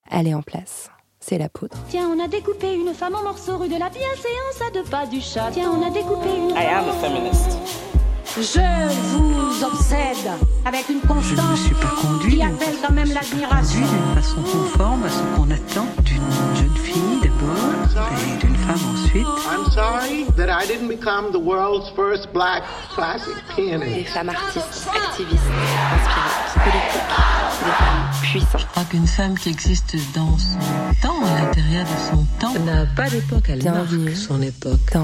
elle est en place. C'est la poudre. Tiens, on a découpé une femme en morceaux rue de la bienséance à 2 pas du chat. Tiens, on a découpé une... I am a feminist. Je vous obsède avec une constance je ne me suis pas conduite qui appelle quand même l'admiration. D'une façon conforme à ce qu'on attend d'une jeune fille d'abord et d'une femme ensuite. I'm sorry that I didn't become the world's first black classic pianist. Des femmes artistes, activistes, inspirantes, politiques, des femmes puissantes. Je crois qu'une femme qui existe dans son temps, à l'intérieur de son temps, n'a pas d'époque, elle marque son époque. Dans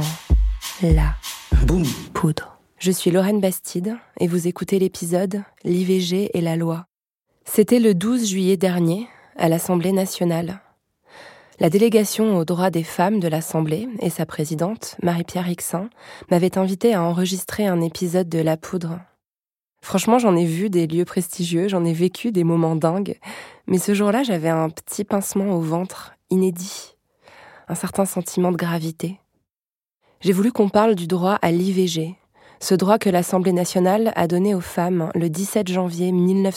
la poudre. Je suis Lorraine Bastide et vous écoutez l'épisode « L'IVG et la loi ». C'était le 12 juillet dernier, à l'Assemblée nationale. La délégation aux droits des femmes de l'Assemblée et sa présidente, Marie-Pierre Rixain, m'avaient invitée à enregistrer un épisode de La Poudre. Franchement, j'en ai vu des lieux prestigieux, j'en ai vécu des moments dingues, mais ce jour-là, j'avais un petit pincement au ventre, inédit, un certain sentiment de gravité. J'ai voulu qu'on parle du droit à l'IVG, ce droit que l'Assemblée nationale a donné aux femmes le 17 janvier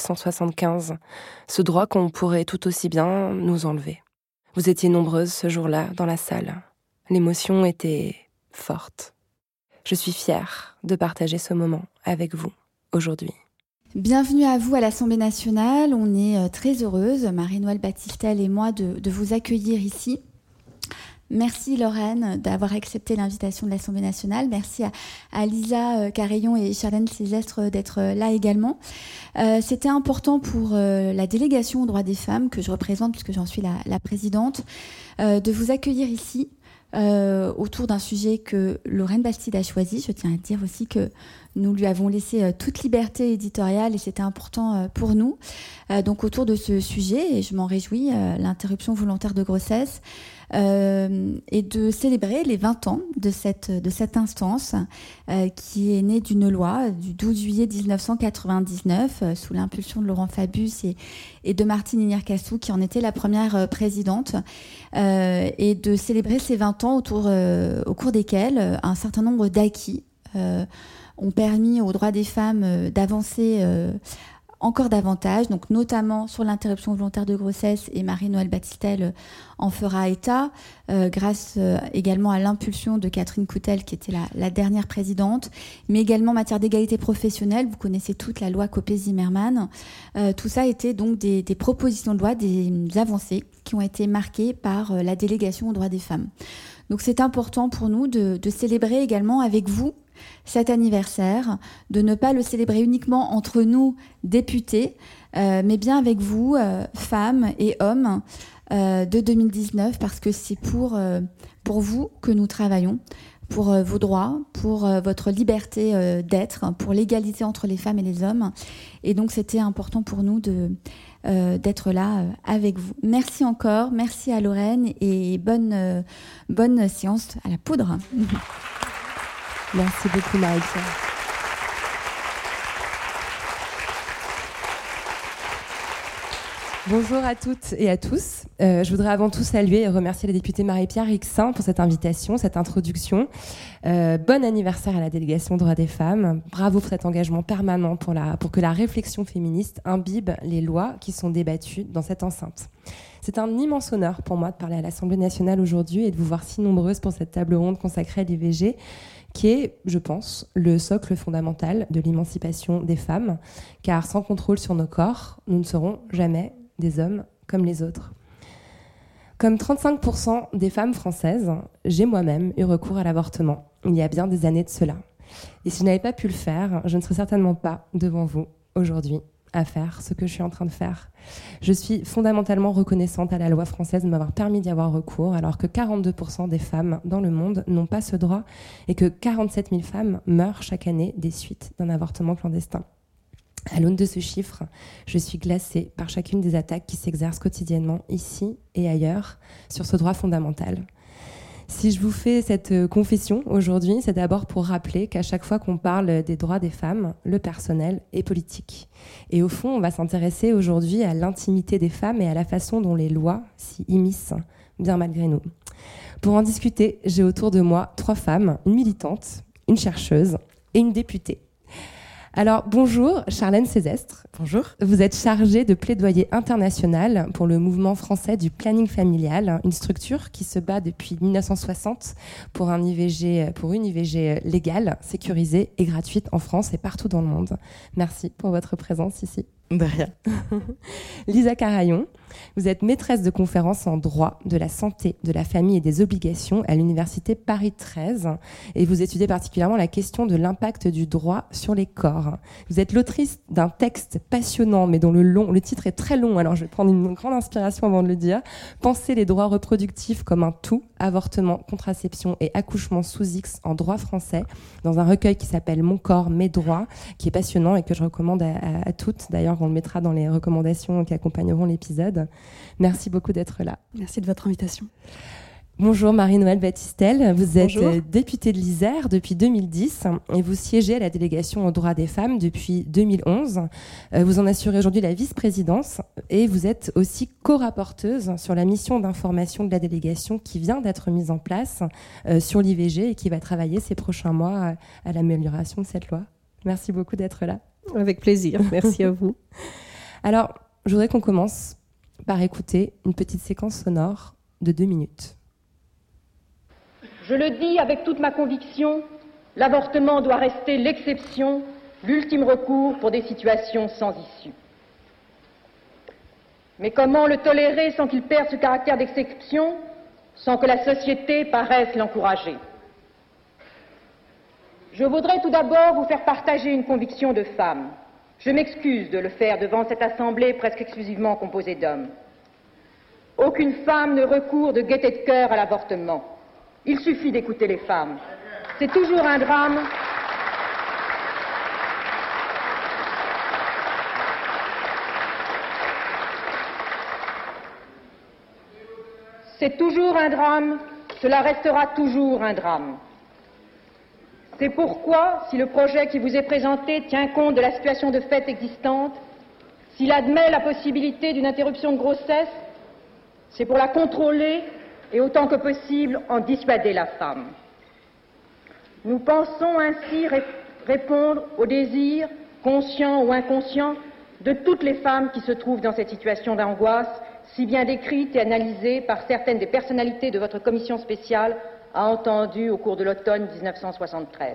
1975, ce droit qu'on pourrait tout aussi bien nous enlever. Vous étiez nombreuses ce jour-là dans la salle. L'émotion était forte. Je suis fière de partager ce moment avec vous aujourd'hui. Bienvenue à vous à l'Assemblée nationale. On est très heureuse, Marie-Noëlle Battistel et moi, de vous accueillir ici. Merci Lorraine d'avoir accepté l'invitation de l'Assemblée nationale. Merci à Lisa Carayon et Charlène Célestre d'être là également. C'était important pour la délégation aux droits des femmes, que je représente puisque j'en suis la présidente, de vous accueillir ici autour d'un sujet que Lorraine Bastide a choisi. Je tiens à dire aussi que nous lui avons laissé toute liberté éditoriale et c'était important pour nous. Donc autour de ce sujet, et je m'en réjouis, l'interruption volontaire de grossesse, et de célébrer les 20 ans de cette instance qui est née d'une loi du 12 juillet 1999 sous l'impulsion de Laurent Fabius et de Martine Inirkassou qui en était la première présidente, et de célébrer ces 20 ans au cours desquels un certain nombre d'acquis ont permis aux droits des femmes d'avancer encore davantage, donc notamment sur l'interruption volontaire de grossesse, et Marie-Noëlle Battistel en fera état, grâce également à l'impulsion de Catherine Coutel, qui était la dernière présidente, mais également en matière d'égalité professionnelle. Vous connaissez toute la loi Copé-Zimmermann. Tout ça était donc des propositions de loi, des avancées qui ont été marquées par la délégation aux droits des femmes. Donc c'est important pour nous de célébrer également avec vous cet anniversaire, de ne pas le célébrer uniquement entre nous, députés, mais bien avec vous, femmes et hommes de 2019, parce que c'est pour vous que nous travaillons, pour vos droits, pour votre liberté d'être, pour l'égalité entre les femmes et les hommes. Et donc c'était important pour nous d'être là avec vous. Merci encore, merci à Lorraine et bonne séance à la poudre. Merci beaucoup Marie-Pierre. Bonjour à toutes et à tous. Je voudrais avant tout saluer et remercier la députée Marie-Pierre Rixain pour cette invitation, cette introduction. Bon anniversaire à la délégation droits des femmes. Bravo pour cet engagement permanent pour que la réflexion féministe imbibe les lois qui sont débattues dans cette enceinte. C'est un immense honneur pour moi de parler à l'Assemblée nationale aujourd'hui et de vous voir si nombreuses pour cette table ronde consacrée à l'IVG, qui est, je pense, le socle fondamental de l'émancipation des femmes, car sans contrôle sur nos corps, nous ne serons jamais des hommes comme les autres. Comme 35% des femmes françaises, j'ai moi-même eu recours à l'avortement, il y a bien des années de cela. Et si je n'avais pas pu le faire, je ne serais certainement pas devant vous aujourd'hui à faire ce que je suis en train de faire. Je suis fondamentalement reconnaissante à la loi française de m'avoir permis d'y avoir recours, alors que 42% des femmes dans le monde n'ont pas ce droit et que 47 000 femmes meurent chaque année des suites d'un avortement clandestin. À l'aune de ce chiffre, je suis glacée par chacune des attaques qui s'exercent quotidiennement ici et ailleurs sur ce droit fondamental. Si je vous fais cette confession aujourd'hui, c'est d'abord pour rappeler qu'à chaque fois qu'on parle des droits des femmes, le personnel est politique. Et au fond, on va s'intéresser aujourd'hui à l'intimité des femmes et à la façon dont les lois s'y immiscent, bien malgré nous. Pour en discuter, j'ai autour de moi 3 femmes, une militante, une chercheuse et une députée. Alors, bonjour, Charlène Césestre. Bonjour. Vous êtes chargée de plaidoyer international pour le mouvement français du planning familial, une structure qui se bat depuis 1960 pour une IVG légale, sécurisée et gratuite en France et partout dans le monde. Merci pour votre présence ici. De rien. Lisa Carayon, vous êtes maîtresse de conférences en droit de la santé, de la famille et des obligations à l'université Paris 13 et vous étudiez particulièrement la question de l'impact du droit sur les corps. Vous êtes l'autrice d'un texte passionnant mais dont le titre est très long, alors je vais prendre une grande inspiration avant de le dire. Penser les droits reproductifs comme un tout, avortement, contraception et accouchement sous X en droit français, dans un recueil qui s'appelle Mon corps, mes droits, qui est passionnant et que je recommande à toutes. D'ailleurs, on le mettra dans les recommandations qui accompagneront l'épisode. Merci beaucoup d'être là. Merci de votre invitation. Bonjour Marie-Noëlle Battistel, vous êtes Bonjour. députée de l'Isère depuis 2010 et vous siégez à la délégation aux droits des femmes depuis 2011. Vous en assurez aujourd'hui la vice-présidence et vous êtes aussi co-rapporteuse sur la mission d'information de la délégation qui vient d'être mise en place sur l'IVG et qui va travailler ces prochains mois à l'amélioration de cette loi. Merci beaucoup d'être là. Avec plaisir, merci à vous. Alors, je voudrais qu'on commence par écouter une petite séquence sonore de 2 minutes. Je le dis avec toute ma conviction, l'avortement doit rester l'exception, l'ultime recours pour des situations sans issue. Mais comment le tolérer sans qu'il perde ce caractère d'exception, sans que la société paraisse l'encourager ? Je voudrais tout d'abord vous faire partager une conviction de femme. Je m'excuse de le faire devant cette assemblée presque exclusivement composée d'hommes. Aucune femme ne recourt de gaieté de cœur à l'avortement. Il suffit d'écouter les femmes. C'est toujours un drame. C'est toujours un drame, cela restera toujours un drame. C'est pourquoi, si le projet qui vous est présenté tient compte de la situation de fait existante, s'il admet la possibilité d'une interruption de grossesse, c'est pour la contrôler et autant que possible en dissuader la femme. Nous pensons ainsi répondre aux désirs, conscients ou inconscients, de toutes les femmes qui se trouvent dans cette situation d'angoisse, si bien décrite et analysée par certaines des personnalités de votre commission spéciale a entendu au cours de l'automne 1973.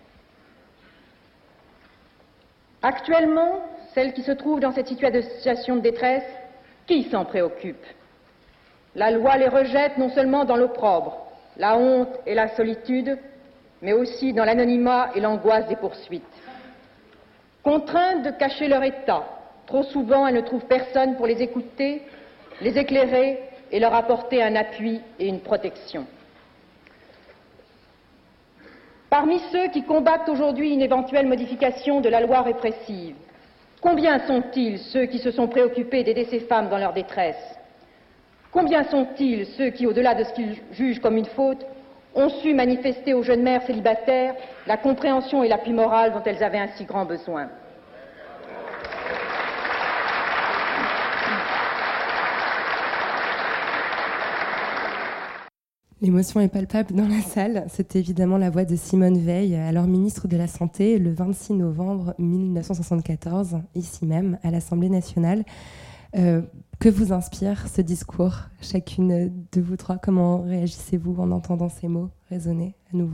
Actuellement, celles qui se trouvent dans cette situation de détresse, qui s'en préoccupe ? La loi les rejette non seulement dans l'opprobre, la honte et la solitude, mais aussi dans l'anonymat et l'angoisse des poursuites. Contraintes de cacher leur état, trop souvent elles ne trouvent personne pour les écouter, les éclairer et leur apporter un appui et une protection. Parmi ceux qui combattent aujourd'hui une éventuelle modification de la loi répressive, combien sont-ils ceux qui se sont préoccupés d'aider ces femmes dans leur détresse ? Combien sont-ils ceux qui, au-delà de ce qu'ils jugent comme une faute, ont su manifester aux jeunes mères célibataires la compréhension et l'appui moral dont elles avaient un si grand besoin ? L'émotion est palpable dans la salle. C'était évidemment la voix de Simone Veil, alors ministre de la Santé, le 26 novembre 1974, ici même, à l'Assemblée nationale. Que vous inspire ce discours, chacune de vous trois ? Comment réagissez-vous en entendant ces mots résonner à nouveau ?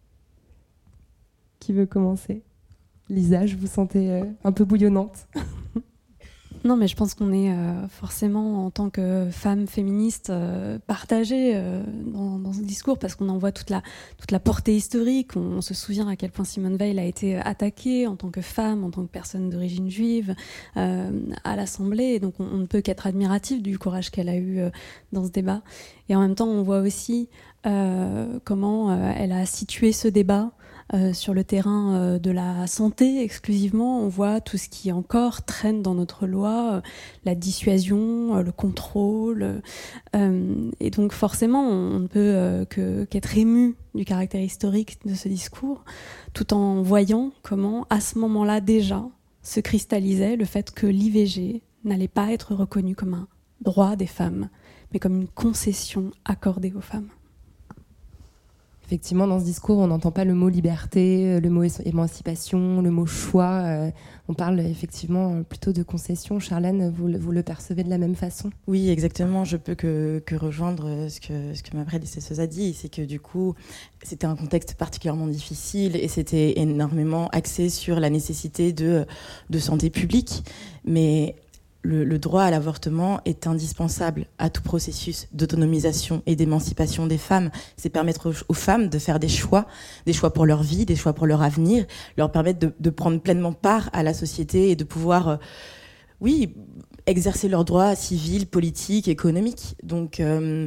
Qui veut commencer ? Lisa, je vous sentais un peu bouillonnante. Non, mais je pense qu'on est forcément, en tant que femme féministe, partagée dans ce discours, parce qu'on en voit toute la portée historique. On se souvient à quel point Simone Veil a été attaquée en tant que femme, en tant que personne d'origine juive, à l'Assemblée. Et donc, on ne peut qu'être admiratif du courage qu'elle a eu dans ce débat. Et en même temps, on voit aussi comment elle a situé ce débat sur le terrain de la santé exclusivement. On voit tout ce qui encore traîne dans notre loi, la dissuasion, le contrôle. Et donc forcément, on ne peut qu'être ému du caractère historique de ce discours, tout en voyant comment, à ce moment-là déjà, se cristallisait le fait que l'IVG n'allait pas être reconnu comme un droit des femmes, mais comme une concession accordée aux femmes. Effectivement, dans ce discours, on n'entend pas le mot liberté, le mot émancipation, le mot choix. On parle effectivement plutôt de concession. Charlène, vous le percevez de la même façon ? Oui, exactement. Je peux que rejoindre ce que ma prédécesseuse a dit. C'est que du coup, c'était un contexte particulièrement difficile et c'était énormément axé sur la nécessité de santé publique. Mais le droit à l'avortement est indispensable à tout processus d'autonomisation et d'émancipation des femmes. C'est permettre aux femmes de faire des choix pour leur vie, des choix pour leur avenir, leur permettre de prendre pleinement part à la société et de pouvoir, exercer leurs droits civils, politiques, économiques. Donc,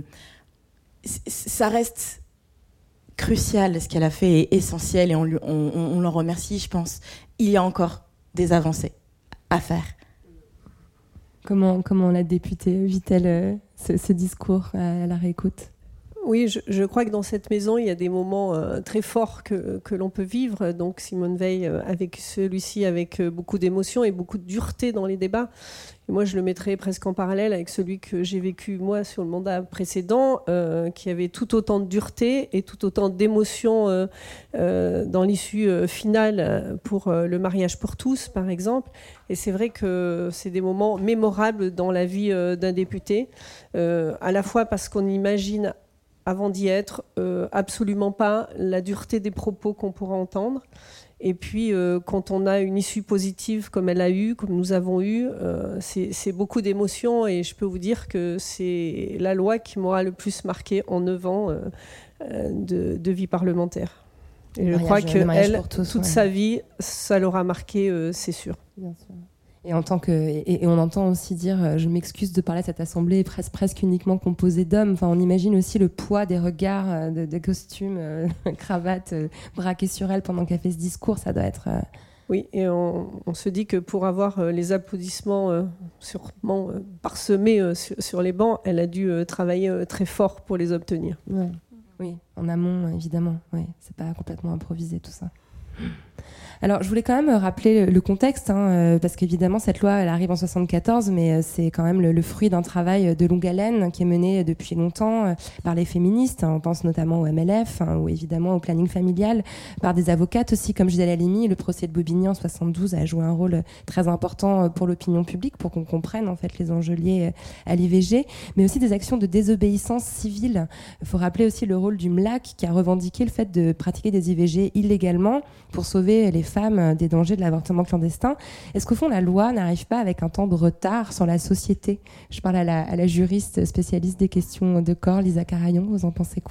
ça reste crucial. Ce qu'elle a fait est essentiel et on l'en remercie, je pense. Il y a encore des avancées à faire. Comment la députée vit-elle ce discours à la réécoute ? Oui, je crois que dans cette maison, il y a des moments très forts que l'on peut vivre. Donc Simone Veil, avec celui-ci, avec beaucoup d'émotion et beaucoup de dureté dans les débats. Et moi, je le mettrais presque en parallèle avec celui que j'ai vécu, moi, sur le mandat précédent, qui avait tout autant de dureté et tout autant d'émotion dans l'issue finale pour le mariage pour tous, par exemple. Et c'est vrai que c'est des moments mémorables dans la vie d'un député, à la fois parce qu'on imagine, avant d'y être, absolument pas la dureté des propos qu'on pourra entendre. Et puis, quand on a une issue positive comme elle a eu, comme nous avons eu, c'est beaucoup d'émotions. Et je peux vous dire que c'est la loi qui m'aura le plus marquée en 9 ans de vie parlementaire. Et je crois qu'elle, toute sa vie, ça l'aura marqué, c'est sûr. Bien sûr. Et on entend aussi dire, je m'excuse de parler à cette assemblée presque uniquement composée d'hommes. Enfin, on imagine aussi le poids des regards, des costumes, cravates braquées sur elle pendant qu'elle fait ce discours. Ça doit être. Oui, et on se dit que pour avoir les applaudissements sûrement parsemés sur les bancs, elle a dû travailler très fort pour les obtenir. Ouais. Oui, en amont, évidemment. Ouais, c'est pas complètement improvisé tout ça. Alors, je voulais quand même rappeler le contexte, parce qu'évidemment, cette loi, elle arrive en 1974, mais c'est quand même le fruit d'un travail de longue haleine qui est mené depuis longtemps par les féministes. On pense notamment au MLF, ou évidemment au planning familial, par des avocates aussi, comme Gisèle Halimi. Le procès de Bobigny en 1972 a joué un rôle très important pour l'opinion publique, pour qu'on comprenne en fait les enjeux liés à l'IVG, mais aussi des actions de désobéissance civile. Il faut rappeler aussi le rôle du MLAC, qui a revendiqué le fait de pratiquer des IVG illégalement pour sauver les femmes des dangers de l'avortement clandestin. Est-ce qu'au fond, la loi n'arrive pas avec un temps de retard sur la société ? Je parle à la juriste spécialiste des questions de corps, Lisa Carayon. Vous en pensez quoi ?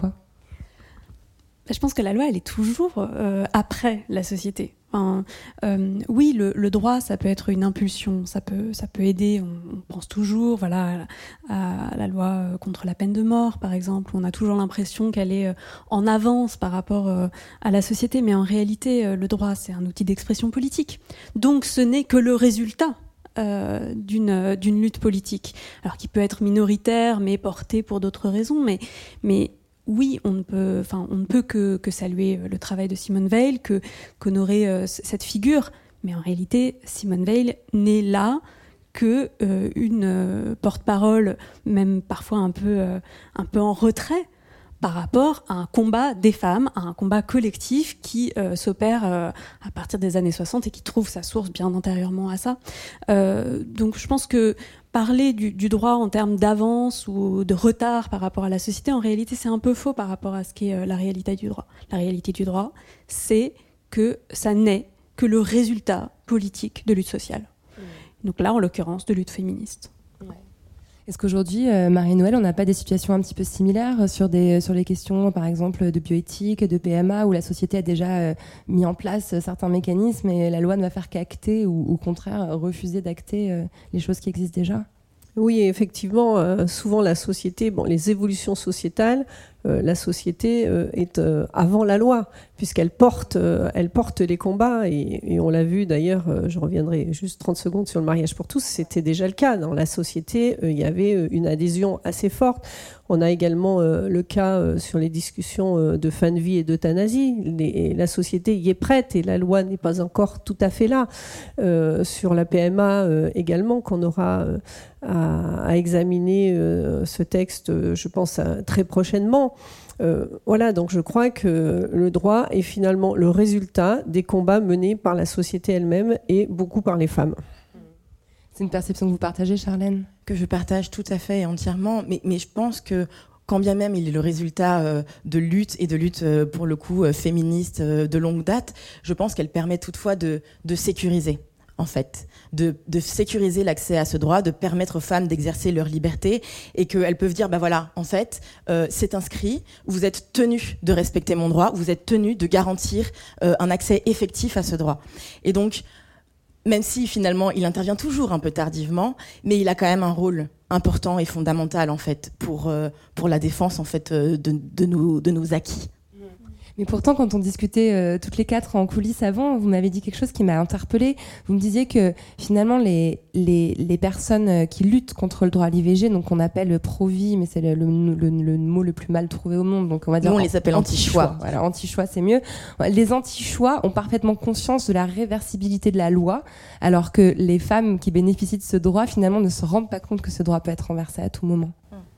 Je pense que la loi, elle est toujours après la société. Enfin, oui, le droit, ça peut être une impulsion, ça peut aider. On pense toujours, voilà, à la loi contre la peine de mort, par exemple. On a toujours l'impression qu'elle est en avance par rapport à la société, mais en réalité, le droit, c'est un outil d'expression politique. Donc, ce n'est que le résultat d'une lutte politique, alors qui peut être minoritaire, mais portée pour d'autres raisons, mais oui, on ne peut que saluer le travail de Simone Veil, qu'honorer cette figure. Mais en réalité, Simone Veil n'est là que une porte-parole, même parfois un peu en retrait, par rapport à un combat des femmes, à un combat collectif qui s'opère à partir des années 60 et qui trouve sa source bien antérieurement à ça. Donc je pense que parler du droit en termes d'avance ou de retard par rapport à la société, en réalité, c'est un peu faux par rapport à ce qu'est la réalité du droit. La réalité du droit, c'est que ça n'est que le résultat politique de lutte sociale. Donc là, en l'occurrence, de lutte féministe. Est-ce qu'aujourd'hui, Marie-Noëlle, on n'a pas des situations un petit peu similaires sur les questions, par exemple, de bioéthique, de PMA, où la société a déjà mis en place certains mécanismes et la loi ne va faire qu'acter ou au contraire refuser d'acter les choses qui existent déjà ? Oui, effectivement, souvent la société, les évolutions sociétales, la société est avant la loi, puisqu'elle porte les combats. Et on l'a vu d'ailleurs, je reviendrai juste 30 secondes sur le mariage pour tous, c'était déjà le cas. Dans la société, il y avait une adhésion assez forte. On a également le cas sur les discussions de fin de vie et d'euthanasie. La société y est prête et la loi n'est pas encore tout à fait là. Sur la PMA également, qu'on aura à examiner ce texte, je pense, très prochainement. Voilà, donc je crois que le droit est finalement le résultat des combats menés par la société elle-même et beaucoup par les femmes. C'est une perception que vous partagez, Charlène ? Que je partage tout à fait et entièrement, mais je pense que quand bien même il est le résultat de luttes et de luttes pour le coup féministes de longue date, je pense qu'elle permet toutefois de sécuriser, en fait, de sécuriser l'accès à ce droit, de permettre aux femmes d'exercer leur liberté et qu'elles peuvent dire, voilà, en fait, c'est inscrit, vous êtes tenu de respecter mon droit, vous êtes tenu de garantir un accès effectif à ce droit. Et donc, même si finalement il intervient toujours un peu tardivement, mais il a quand même un rôle important et fondamental en fait pour la défense en fait de nos acquis. Mais pourtant, quand on discutait toutes les quatre en coulisses avant, vous m'avez dit quelque chose qui m'a interpellée. Vous me disiez que finalement, les personnes qui luttent contre le droit à l'IVG, donc qu'on appelle pro-vie, mais c'est le mot le plus mal trouvé au monde, donc on va dire. Nous, on les appelle anti-choix. Voilà, anti-choix, c'est mieux. Les anti-choix ont parfaitement conscience de la réversibilité de la loi, alors que les femmes qui bénéficient de ce droit, finalement, ne se rendent pas compte que ce droit peut être renversé à tout moment.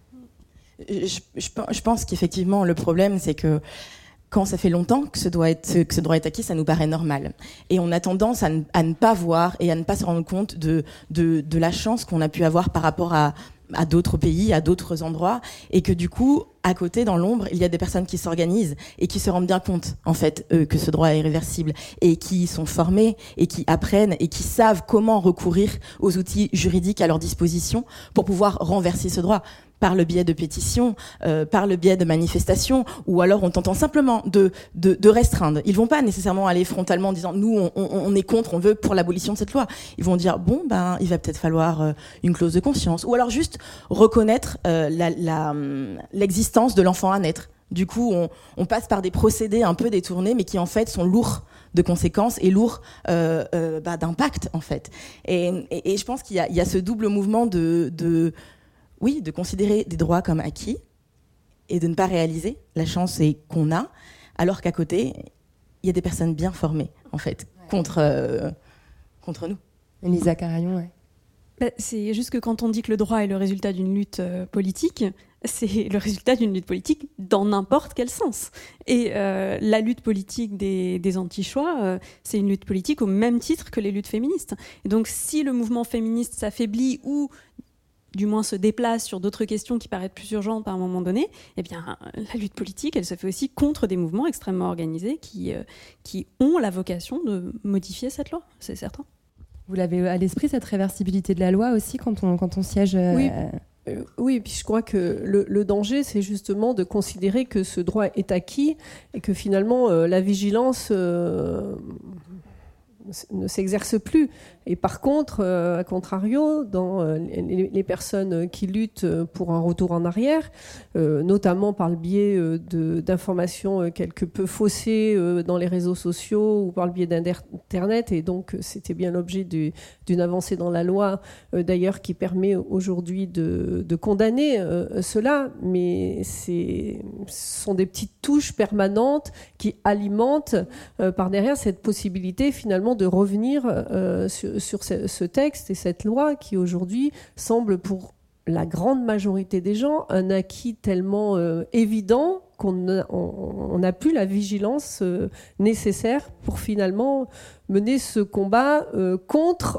Je pense qu'effectivement, le problème, c'est que quand ça fait longtemps que ce droit est acquis, ça nous paraît normal. Et on a tendance à ne pas voir et à ne pas se rendre compte de la chance qu'on a pu avoir par rapport à d'autres pays, à d'autres endroits, et que du coup, à côté, dans l'ombre, il y a des personnes qui s'organisent et qui se rendent bien compte, en fait, que ce droit est irréversible, et qui sont formées, et qui apprennent, et qui savent comment recourir aux outils juridiques à leur disposition pour pouvoir renverser ce droit. Par le biais de pétitions, par le biais de manifestations, ou alors on tentant simplement de restreindre. Ils vont pas nécessairement aller frontalement en disant nous on est contre, on veut pour l'abolition de cette loi. Ils vont dire il va peut-être falloir une clause de conscience, ou alors juste reconnaître l'existence de l'enfant à naître. Du coup, on passe par des procédés un peu détournés, mais qui en fait sont lourds de conséquences et lourds d'impact en fait. Et je pense qu'il y a ce double mouvement de considérer des droits comme acquis et de ne pas réaliser la chance qu'on a, alors qu'à côté, il y a des personnes bien formées, en fait, contre nous. Elisa Carayon, ouais. C'est juste que quand on dit que le droit est le résultat d'une lutte politique, c'est le résultat d'une lutte politique dans n'importe quel sens. Et la lutte politique des anti-choix, c'est une lutte politique au même titre que les luttes féministes. Et donc si le mouvement féministe s'affaiblit ou du moins se déplace sur d'autres questions qui paraissent plus urgentes à un moment donné, eh bien, la lutte politique, elle se fait aussi contre des mouvements extrêmement organisés qui ont la vocation de modifier cette loi, c'est certain. Vous l'avez à l'esprit, cette réversibilité de la loi aussi, quand on siège... Oui, et puis je crois que le danger, c'est justement de considérer que ce droit est acquis et que finalement, la vigilance... ne s'exerce plus. Et par contre, à contrario, dans les personnes qui luttent pour un retour en arrière, notamment par le biais d'informations quelque peu faussées dans les réseaux sociaux ou par le biais d'Internet, et donc c'était bien l'objet d'une avancée dans la loi, d'ailleurs, qui permet aujourd'hui de condamner cela, mais ce sont des petites touches permanentes qui alimentent par derrière cette possibilité finalement de revenir sur ce texte et cette loi qui aujourd'hui semble pour la grande majorité des gens un acquis tellement évident qu'on n'a plus la vigilance nécessaire pour finalement mener ce combat contre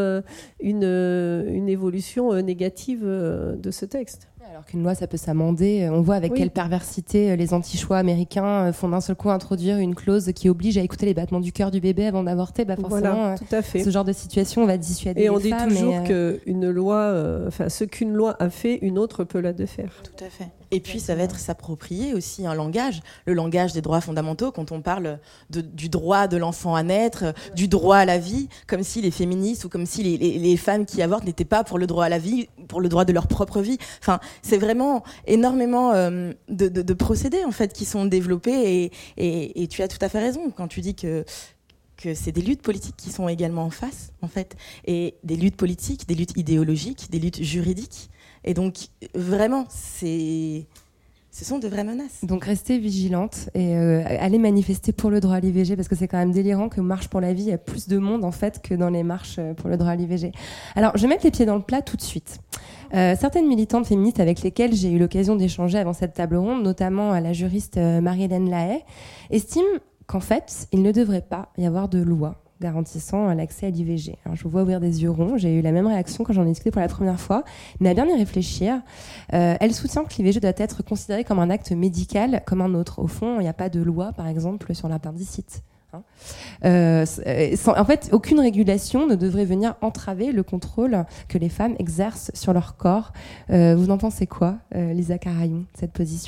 une évolution négative de ce texte. Alors qu'une loi, ça peut s'amender. On voit avec quelle perversité les anti-choix américains font d'un seul coup introduire une clause qui oblige à écouter les battements du cœur du bébé avant d'avorter. Forcément, voilà, tout à fait. Ce genre de situation, on va dissuader les femmes. Et on dit toujours qu'une loi, ce qu'une loi a fait, une autre peut la défaire. Tout à fait. Et puis, ça va être s'approprier aussi un langage, le langage des droits fondamentaux, quand on parle du droit de l'enfant à naître, du droit à la vie, comme si les féministes ou comme si les femmes qui avortent n'étaient pas pour le droit à la vie, pour le droit de leur propre vie. Enfin, c'est vraiment énormément de procédés en fait qui sont développés et tu as tout à fait raison quand tu dis que c'est des luttes politiques qui sont également en face, en fait, et des luttes politiques, des luttes idéologiques, des luttes juridiques. Et donc, vraiment, c'est ce sont de vraies menaces. Donc restez vigilantes et allez manifester pour le droit à l'IVG, parce que c'est quand même délirant que Marche pour la vie, il y a plus de monde en fait que dans les marches pour le droit à l'IVG. Alors je vais mettre les pieds dans le plat tout de suite. Certaines militantes féministes avec lesquelles j'ai eu l'occasion d'échanger avant cette table ronde, notamment la juriste Marie-Hélène Lahaye, estiment qu'en fait, il ne devrait pas y avoir de loi garantissant l'accès à l'IVG. Alors, je vous vois ouvrir des yeux ronds, j'ai eu la même réaction quand j'en ai discuté pour la première fois, mais à bien y réfléchir, elle soutient que l'IVG doit être considéré comme un acte médical comme un autre. Au fond, il n'y a pas de loi, par exemple, sur l'appendicite. En fait, aucune régulation ne devrait venir entraver le contrôle que les femmes exercent sur leur corps. Vous en pensez quoi, Lisa Carayon, cette position-là ?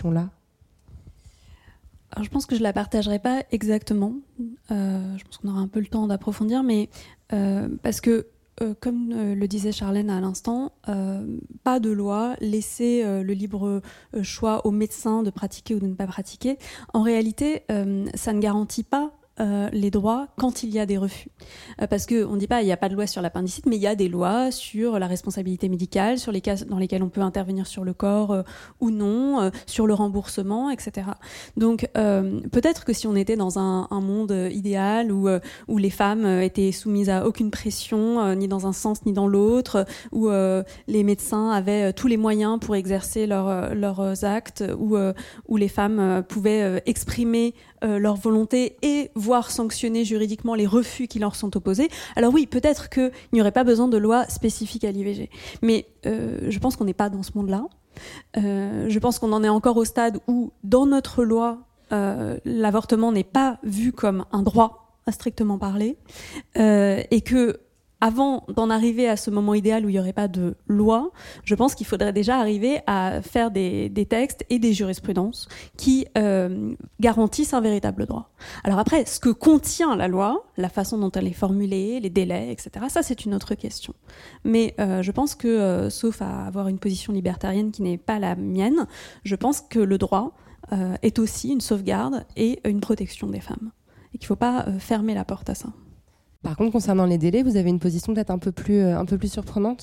Alors, je pense que je ne la partagerai pas exactement. Je pense qu'on aura un peu le temps d'approfondir, mais parce que, comme le disait Charlène à l'instant, pas de loi, laisser le libre choix aux médecins de pratiquer ou de ne pas pratiquer. En réalité, ça ne garantit pas les droits quand il y a des refus. Parce qu'on ne dit pas il n'y a pas de loi sur l'appendicite, mais il y a des lois sur la responsabilité médicale, sur les cas dans lesquels on peut intervenir sur le corps ou non, sur le remboursement, etc. Donc peut-être que si on était dans un monde idéal où les femmes étaient soumises à aucune pression, ni dans un sens ni dans l'autre, où les médecins avaient tous les moyens pour exercer leurs actes, où les femmes pouvaient exprimer leur volonté et voire sanctionner juridiquement les refus qui leur sont opposés, alors oui, peut-être qu'il n'y aurait pas besoin de loi spécifique à l'IVG. Mais je pense qu'on n'est pas dans ce monde-là. Je pense qu'on en est encore au stade où, dans notre loi, l'avortement n'est pas vu comme un droit à strictement parler, et que avant d'en arriver à ce moment idéal où il n'y aurait pas de loi, je pense qu'il faudrait déjà arriver à faire des textes et des jurisprudences qui garantissent un véritable droit. Alors après, ce que contient la loi, la façon dont elle est formulée, les délais, etc., ça c'est une autre question. Mais je pense que, sauf à avoir une position libertarienne qui n'est pas la mienne, je pense que le droit est aussi une sauvegarde et une protection des femmes. Et qu'il ne faut pas fermer la porte à ça. Par contre, concernant les délais, vous avez une position peut-être un peu plus surprenante ?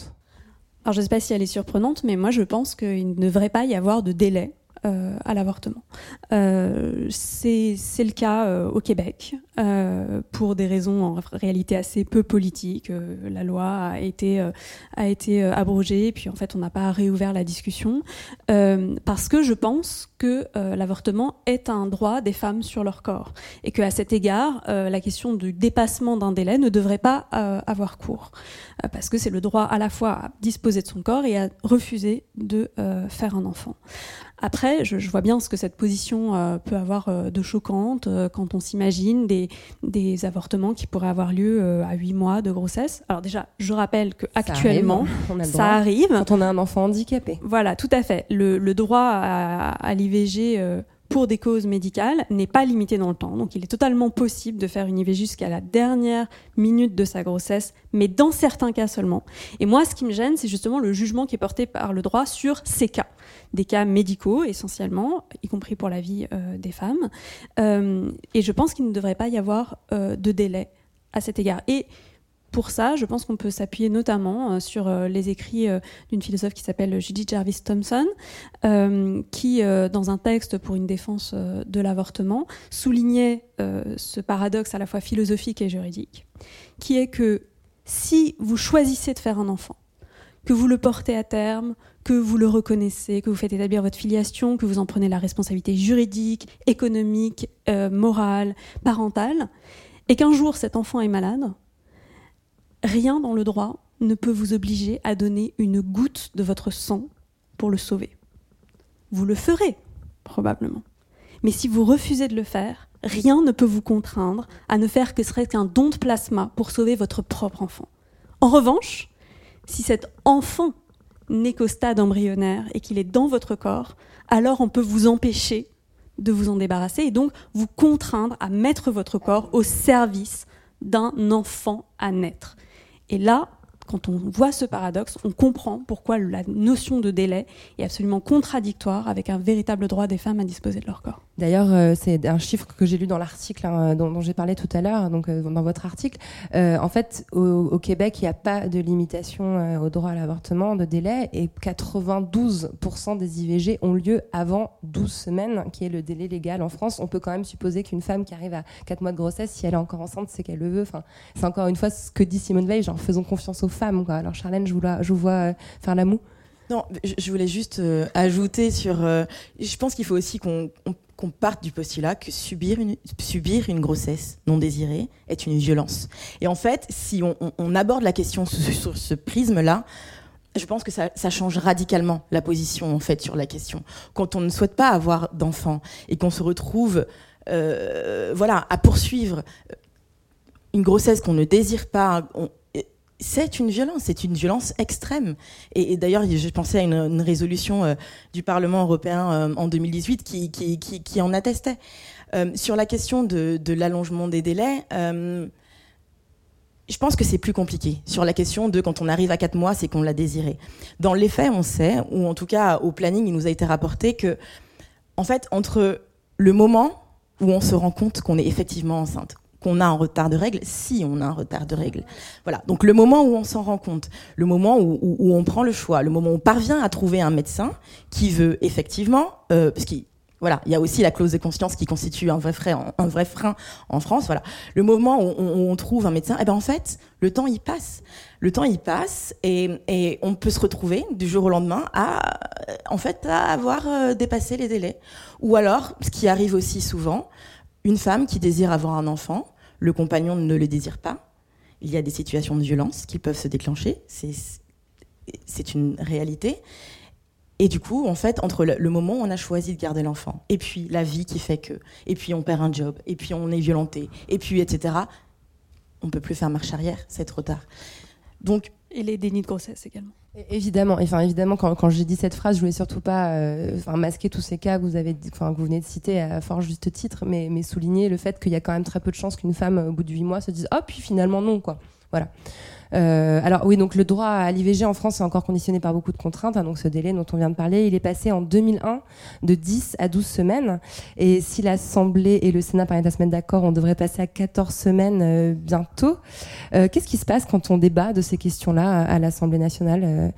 Alors, je ne sais pas si elle est surprenante, mais moi, je pense qu'il ne devrait pas y avoir de délai à l'avortement. C'est le cas au Québec, pour des raisons en réalité assez peu politiques. La loi a été abrogée, puis en fait, on n'a pas réouvert la discussion, parce que je pense que l'avortement est un droit des femmes sur leur corps, et qu'à cet égard, la question du dépassement d'un délai ne devrait pas avoir cours, parce que c'est le droit à la fois à disposer de son corps et à refuser de faire un enfant. Après, je vois bien ce que cette position peut avoir de choquante quand on s'imagine des avortements qui pourraient avoir lieu à 8 mois de grossesse. Alors déjà, je rappelle qu'actuellement, ça arrive. Quand on a un enfant handicapé. Voilà, tout à fait. Le droit à l'IVG pour des causes médicales n'est pas limité dans le temps. Donc il est totalement possible de faire une IVG jusqu'à la dernière minute de sa grossesse, mais dans certains cas seulement. Et moi, ce qui me gêne, c'est justement le jugement qui est porté par le droit sur ces cas. Des cas médicaux, essentiellement, y compris pour la vie des femmes. Et je pense qu'il ne devrait pas y avoir de délai à cet égard. Et pour ça, je pense qu'on peut s'appuyer notamment sur les écrits d'une philosophe qui s'appelle Gigi Jarvis Thompson, qui, dans un texte pour une défense de l'avortement, soulignait ce paradoxe à la fois philosophique et juridique, qui est que si vous choisissez de faire un enfant, que vous le portez à terme, que vous le reconnaissez, que vous faites établir votre filiation, que vous en prenez la responsabilité juridique, économique, morale, parentale, et qu'un jour cet enfant est malade, rien dans le droit ne peut vous obliger à donner une goutte de votre sang pour le sauver. Vous le ferez, probablement. Mais si vous refusez de le faire, rien ne peut vous contraindre à ne faire que serait-ce qu'un don de plasma pour sauver votre propre enfant. En revanche, si cet enfant n'est qu'au stade embryonnaire et qu'il est dans votre corps, alors on peut vous empêcher de vous en débarrasser et donc vous contraindre à mettre votre corps au service d'un enfant à naître. Et là, quand on voit ce paradoxe, on comprend pourquoi la notion de délai est absolument contradictoire avec un véritable droit des femmes à disposer de leur corps. D'ailleurs, c'est un chiffre que j'ai lu dans l'article dont j'ai parlé tout à l'heure, donc dans votre article. En fait, au Québec, il n'y a pas de limitation au droit à l'avortement de délai, et 92% des IVG ont lieu avant 12 semaines, qui est le délai légal en France. On peut quand même supposer qu'une femme qui arrive à 4 mois de grossesse, si elle est encore enceinte, c'est qu'elle le veut. Enfin, c'est encore une fois ce que dit Simone Veil, genre faisons confiance aux femmes, quoi. Alors Charlène, je vous vois faire la moue. Non, je voulais juste ajouter sur... je pense qu'il faut aussi qu'on parte du postulat que subir une grossesse non désirée est une violence. Et en fait, si on aborde la question sur ce prisme-là, je pense que ça change radicalement la position en fait sur la question. Quand on ne souhaite pas avoir d'enfants et qu'on se retrouve à poursuivre une grossesse qu'on ne désire pas, c'est une violence extrême. Et d'ailleurs, je pensais à une résolution du Parlement européen en 2018 qui en attestait. Sur la question de l'allongement des délais, je pense que c'est plus compliqué. Sur la question de quand on arrive à 4 mois, c'est qu'on l'a désiré. Dans les faits, on sait, ou en tout cas au planning, il nous a été rapporté que, en fait, entre le moment où on se rend compte qu'on est effectivement enceinte, qu'on a un retard de règles, si on a un retard de règles. Voilà. Donc le moment où on s'en rend compte, le moment où on prend le choix, le moment où on parvient à trouver un médecin qui veut effectivement, parce qu'il y a aussi la clause de conscience qui constitue un vrai frein en France. Voilà. Le moment où on trouve un médecin, en fait, le temps y passe. Le temps y passe et on peut se retrouver du jour au lendemain à avoir dépassé les délais. Ou alors, ce qui arrive aussi souvent, une femme qui désire avoir un enfant, le compagnon ne le désire pas. Il y a des situations de violence qui peuvent se déclencher. C'est une réalité. Et du coup, en fait, entre le moment où on a choisi de garder l'enfant, et puis la vie qui fait que, et puis on perd un job, et puis on est violenté, et puis etc., on ne peut plus faire marche arrière, c'est trop tard. Donc, et les dénis de grossesse également. Évidemment, quand j'ai dit cette phrase, je voulais surtout pas masquer tous ces cas que vous venez de citer à fort juste titre, mais souligner le fait qu'il y a quand même très peu de chances qu'une femme, au bout de 8 mois, se dise « Oh, puis finalement non, quoi ». Voilà. Alors oui, donc le droit à l'IVG en France est encore conditionné par beaucoup de contraintes, donc ce délai dont on vient de parler, il est passé en 2001 de 10 à 12 semaines, et si l'Assemblée et le Sénat parviennent à se mettre d'accord, on devrait passer à 14 semaines bientôt. Qu'est-ce qui se passe quand on débat de ces questions-là à l'Assemblée nationale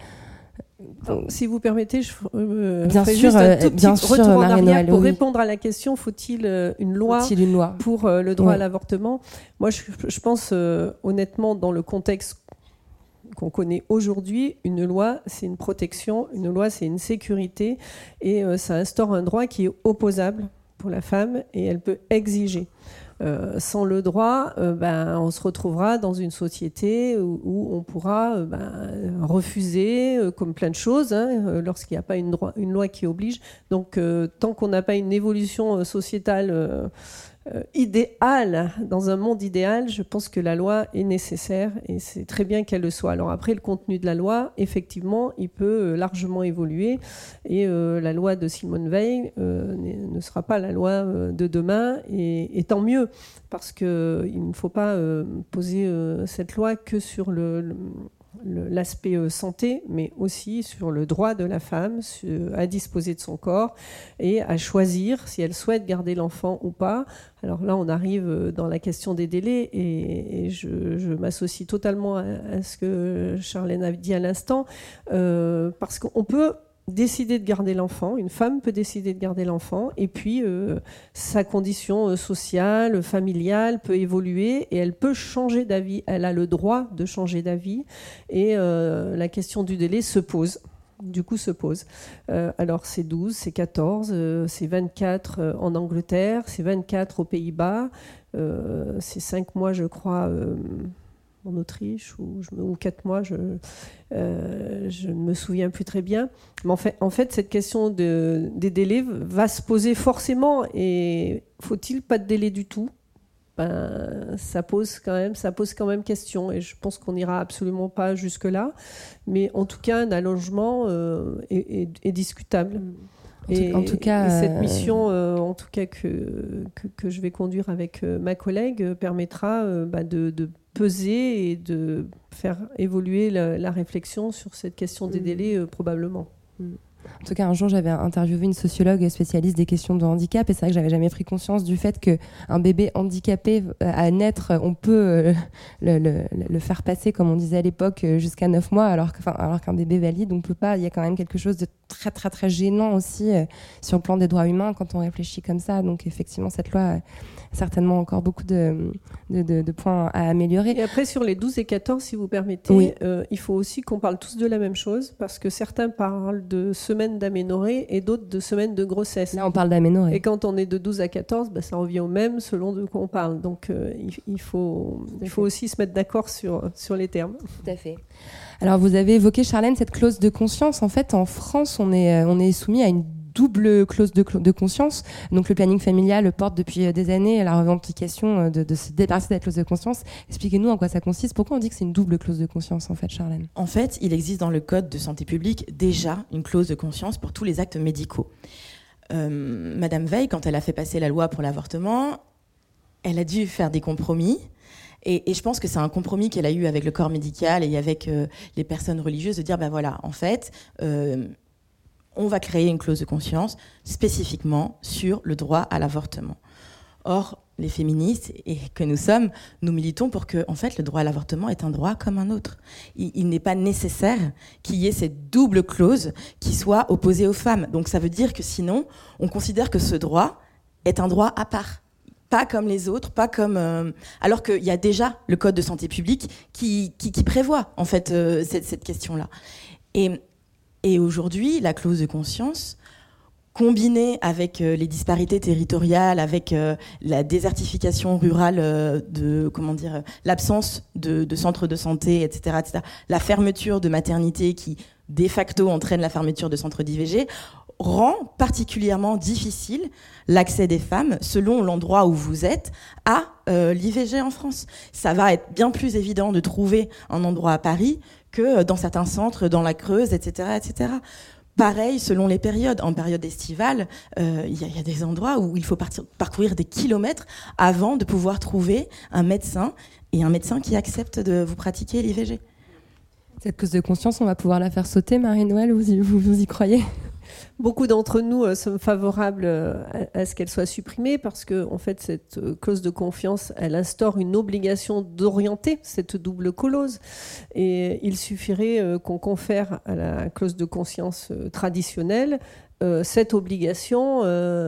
Si vous permettez, je bien ferai sûr, juste un tout bien petit sûr, retour en arrière Marie-Noël, pour oui. répondre à la question, faut-il une loi pour le droit à l'avortement ? Moi, je pense honnêtement, dans le contexte qu'on connaît aujourd'hui, une loi, c'est une protection, une loi, c'est une sécurité, et ça instaure un droit qui est opposable pour la femme, et elle peut exiger. Sans le droit, on se retrouvera dans une société où on pourra refuser, comme plein de choses, lorsqu'il n'y a pas une loi qui oblige. Donc, tant qu'on n'a pas une évolution sociétale idéale, dans un monde idéal, je pense que la loi est nécessaire et c'est très bien qu'elle le soit. Alors après, le contenu de la loi, effectivement, il peut largement évoluer et la loi de Simone Veil ne sera pas la loi de demain, et tant mieux, parce qu'il ne faut pas poser cette loi que sur l'aspect santé, mais aussi sur le droit de la femme à disposer de son corps et à choisir si elle souhaite garder l'enfant ou pas. Alors là, on arrive dans la question des délais, et je m'associe totalement à ce que Charlène a dit à l'instant, parce qu'on peut décider de garder l'enfant, une femme peut décider de garder l'enfant, et puis sa condition sociale, familiale peut évoluer, et elle peut changer d'avis, elle a le droit de changer d'avis, et la question du délai se pose. Alors c'est 12, c'est 14, c'est 24 en Angleterre, c'est 24 aux Pays-Bas, c'est 5 mois je crois en Autriche, ou 4 mois, je ne me souviens plus très bien. Mais en fait cette question des délais va se poser forcément, et faut-il pas de délai du tout ? Ça pose quand même question, et je pense qu'on n'ira absolument pas jusque-là, mais en tout cas un allongement est discutable. En tout cas, et cette mission en tout cas que je vais conduire avec ma collègue permettra de peser et de faire évoluer la réflexion sur cette question des délais probablement. En tout cas, un jour, j'avais interviewé une sociologue spécialiste des questions de handicap, et c'est vrai que j'avais jamais pris conscience du fait qu'un bébé handicapé à naître, on peut le faire passer, comme on disait à l'époque, jusqu'à 9 mois, alors qu'un bébé valide, on peut pas. Il y a quand même quelque chose de très très très gênant aussi sur le plan des droits humains quand on réfléchit comme ça. Donc effectivement, cette loi a certainement encore beaucoup de points à améliorer. Et après, sur les 12 et 14, si vous permettez, oui. Il faut aussi qu'on parle tous de la même chose, parce que certains parlent de semaines d'aménorrhée et d'autres de semaines de grossesse. Là, on parle d'aménorrhée. Et quand on est de 12 à 14, ça revient au même selon de quoi on parle. Donc, il faut aussi se mettre d'accord sur les termes. Tout à fait. Alors, vous avez évoqué, Charlène, cette clause de conscience. En fait, en France, on est soumis à une double clause de conscience. Donc le planning familial porte depuis des années la revendication de se débarrasser de la clause de conscience. Expliquez-nous en quoi ça consiste. Pourquoi on dit que c'est une double clause de conscience, en fait, Charlène ? En fait, il existe dans le Code de santé publique déjà une clause de conscience pour tous les actes médicaux. Madame Veil, quand elle a fait passer la loi pour l'avortement, elle a dû faire des compromis. Et je pense que c'est un compromis qu'elle a eu avec le corps médical et avec les personnes religieuses, de dire, voilà, en fait... on va créer une clause de conscience spécifiquement sur le droit à l'avortement. Or, les féministes, et que nous sommes, nous militons pour que, en fait, le droit à l'avortement est un droit comme un autre. Il n'est pas nécessaire qu'il y ait cette double clause qui soit opposée aux femmes. Donc ça veut dire que sinon, on considère que ce droit est un droit à part. Pas comme les autres, pas comme... alors qu'il y a déjà le Code de santé publique qui prévoit, en fait, cette question-là. Et aujourd'hui, la clause de conscience, combinée avec les disparités territoriales, avec la désertification rurale, l'absence de centres de santé, etc., la fermeture de maternités qui, de facto, entraîne la fermeture de centres d'IVG, rend particulièrement difficile l'accès des femmes, selon l'endroit où vous êtes, à l'IVG en France. Ça va être bien plus évident de trouver un endroit à Paris que dans certains centres, dans la Creuse, etc., etc. Pareil, selon les périodes. En période estivale, il y a des endroits où il faut parcourir des kilomètres avant de pouvoir trouver un médecin, et un médecin qui accepte de vous pratiquer l'IVG. Cette clause de conscience, on va pouvoir la faire sauter, Marie-Noël, vous y croyez ? Beaucoup d'entre nous sommes favorables à ce qu'elle soit supprimée parce que, en fait, cette clause de confiance, elle instaure une obligation d'orienter cette double clause. Et il suffirait qu'on confère à la clause de conscience traditionnelle cette obligation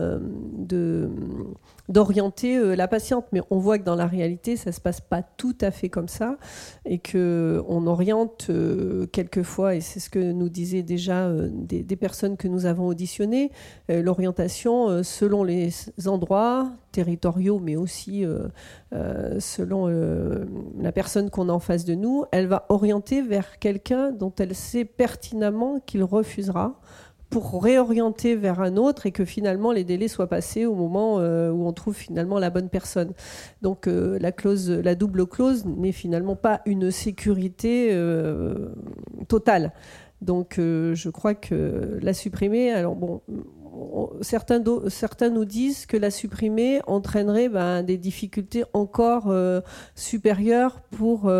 d'orienter la patiente. Mais on voit que dans la réalité, ça ne se passe pas tout à fait comme ça et qu'on oriente quelquefois, et c'est ce que nous disaient déjà des personnes que nous avons auditionnées, l'orientation selon les endroits territoriaux, mais aussi selon la personne qu'on a en face de nous, elle va orienter vers quelqu'un dont elle sait pertinemment qu'il refusera, pour réorienter vers un autre et que finalement les délais soient passés au moment où on trouve finalement la bonne personne. Donc la double clause n'est finalement pas une sécurité totale. Donc je crois que la supprimer, alors bon, certains nous disent que la supprimer entraînerait des difficultés encore supérieures pour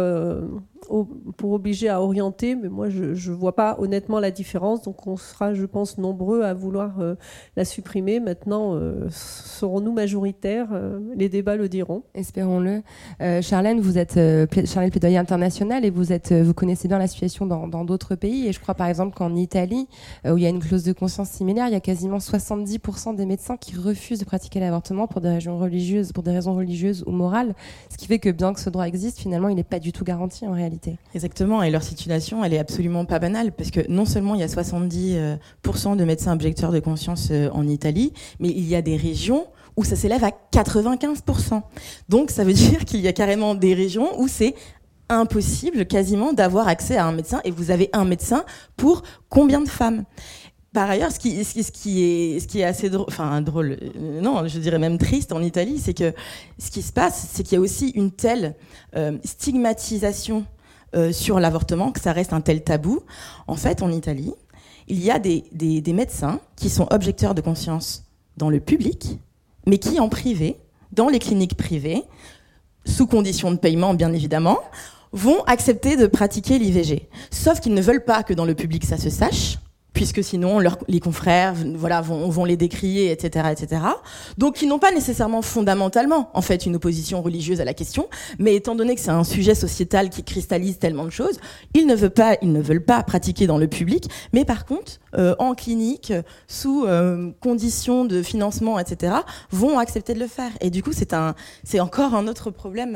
obliger à orienter, mais moi je vois pas honnêtement la différence, donc on sera, je pense, nombreux à vouloir la supprimer. Maintenant, serons-nous majoritaires ? Les débats le diront. Espérons-le. Charlène, vous êtes Charlène Plaidoyer International et vous connaissez bien la situation dans d'autres pays, et je crois par exemple qu'en Italie, où il y a une clause de conscience similaire, il y a quasiment 70% des médecins qui refusent de pratiquer l'avortement pour des raisons religieuses ou morales, ce qui fait que bien que ce droit existe, finalement il n'est pas du tout garanti en réalité. Exactement, et leur situation, elle est absolument pas banale, parce que non seulement il y a 70% de médecins objecteurs de conscience en Italie, mais il y a des régions où ça s'élève à 95%. Donc ça veut dire qu'il y a carrément des régions où c'est impossible quasiment d'avoir accès à un médecin, et vous avez un médecin pour combien de femmes ? Par ailleurs, ce qui est assez drôle, non, je dirais même triste en Italie, c'est que ce qui se passe, c'est qu'il y a aussi une telle stigmatisation sur l'avortement, que ça reste un tel tabou. En fait, en Italie, il y a des médecins qui sont objecteurs de conscience dans le public, mais qui, en privé, dans les cliniques privées, sous condition de paiement, bien évidemment, vont accepter de pratiquer l'IVG. Sauf qu'ils ne veulent pas que dans le public ça se sache, puisque sinon les confrères vont les décrier, etc., etc. Donc qui n'ont pas nécessairement fondamentalement en fait une opposition religieuse à la question, mais étant donné que c'est un sujet sociétal qui cristallise tellement de choses, ils ne veulent pas pratiquer dans le public, mais par contre en clinique, sous conditions de financement, etc., vont accepter de le faire. Et du coup, c'est encore un autre problème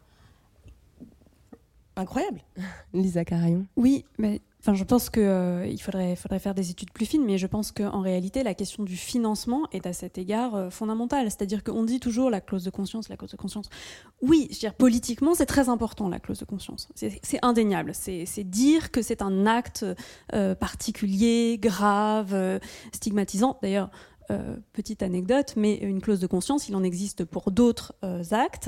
incroyable. Lisa Carayon. Oui, mais je pense qu'il faudrait faire des études plus fines, mais je pense qu'en réalité, la question du financement est à cet égard fondamentale. C'est-à-dire qu'on dit toujours la clause de conscience. Oui, je veux dire, politiquement, c'est très important, la clause de conscience. C'est indéniable. C'est dire que c'est un acte particulier, grave, stigmatisant. D'ailleurs, petite anecdote, mais une clause de conscience, il en existe pour d'autres actes.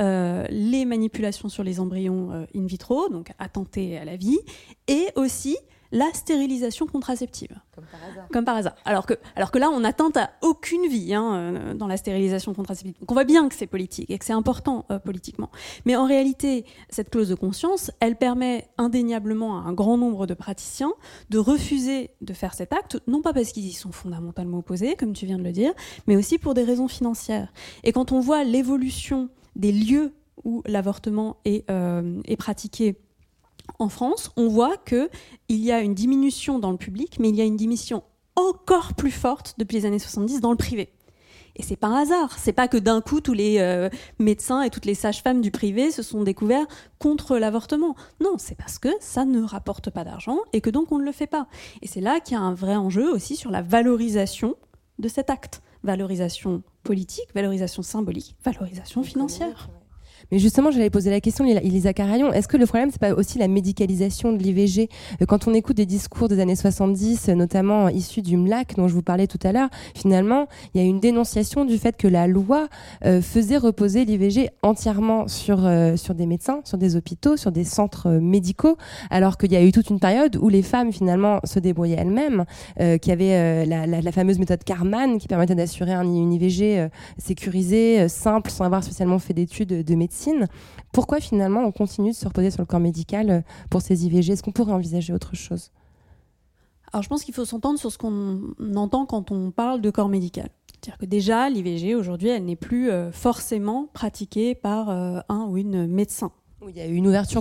Les manipulations sur les embryons in vitro, donc attenter à la vie, et aussi la stérilisation contraceptive. Comme par hasard. Alors que là, on n'attente à aucune vie dans la stérilisation contraceptive. Donc on voit bien que c'est politique et que c'est important politiquement. Mais en réalité, cette clause de conscience, elle permet indéniablement à un grand nombre de praticiens de refuser de faire cet acte, non pas parce qu'ils y sont fondamentalement opposés, comme tu viens de le dire, mais aussi pour des raisons financières. Et quand on voit l'évolution des lieux où l'avortement est pratiqué en France, on voit qu'il y a une diminution dans le public, mais il y a une diminution encore plus forte depuis les années 70 dans le privé. Et c'est par hasard. C'est pas que d'un coup, tous les médecins et toutes les sages-femmes du privé se sont découverts contre l'avortement. Non, c'est parce que ça ne rapporte pas d'argent et que donc on ne le fait pas. Et c'est là qu'il y a un vrai enjeu aussi sur la valorisation de cet acte. Valorisation politique, valorisation symbolique, valorisation financière. Mais justement, j'allais poser la question, Lisa Carayon, est-ce que le problème, c'est pas aussi la médicalisation de l'IVG ? Quand on écoute des discours des années 70, notamment issus du MLAC, dont je vous parlais tout à l'heure, finalement, il y a une dénonciation du fait que la loi faisait reposer l'IVG entièrement sur des médecins, sur des hôpitaux, sur des centres médicaux, alors qu'il y a eu toute une période où les femmes, finalement, se débrouillaient elles-mêmes, qu'il y avait la fameuse méthode Karman, qui permettait d'assurer une IVG sécurisée, simple, sans avoir spécialement fait d'études de médecine. Pourquoi finalement on continue de se reposer sur le corps médical pour ces IVG ? Est-ce qu'on pourrait envisager autre chose ? Alors je pense qu'il faut s'entendre sur ce qu'on entend quand on parle de corps médical. C'est-à-dire que déjà l'IVG aujourd'hui elle n'est plus forcément pratiquée par un ou une médecin. Il y a eu une ouverture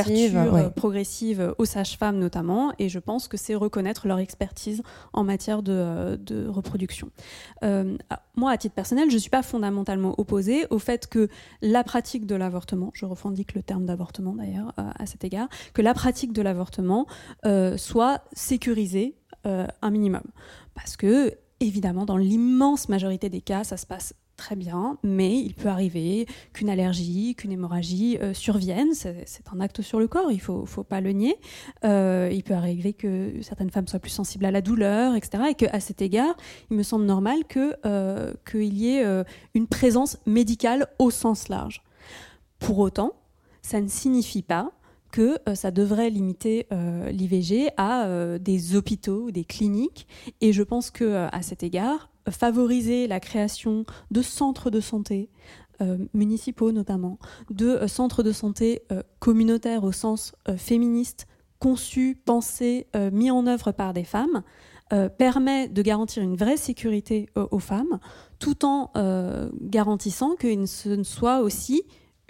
progressive aux sages-femmes notamment, et je pense que c'est reconnaître leur expertise en matière de reproduction. Moi, à titre personnel, je ne suis pas fondamentalement opposée au fait que la pratique de l'avortement, je revendique le terme d'avortement d'ailleurs à cet égard, que la pratique de l'avortement soit sécurisée un minimum. Parce que, évidemment, dans l'immense majorité des cas, ça se passe très bien, mais il peut arriver qu'une allergie, qu'une hémorragie survienne. C'est un acte sur le corps, il ne faut pas le nier. Il peut arriver que certaines femmes soient plus sensibles à la douleur, etc. Et qu'à cet égard, il me semble normal qu'il y ait une présence médicale au sens large. Pour autant, ça ne signifie pas que ça devrait limiter l'IVG à des hôpitaux ou des cliniques. Et je pense qu'à cet égard, favoriser la création de centres de santé, municipaux notamment, de centres de santé communautaires au sens féministe, conçus, pensés, mis en œuvre par des femmes, permet de garantir une vraie sécurité aux femmes, tout en garantissant que ce ne soit aussi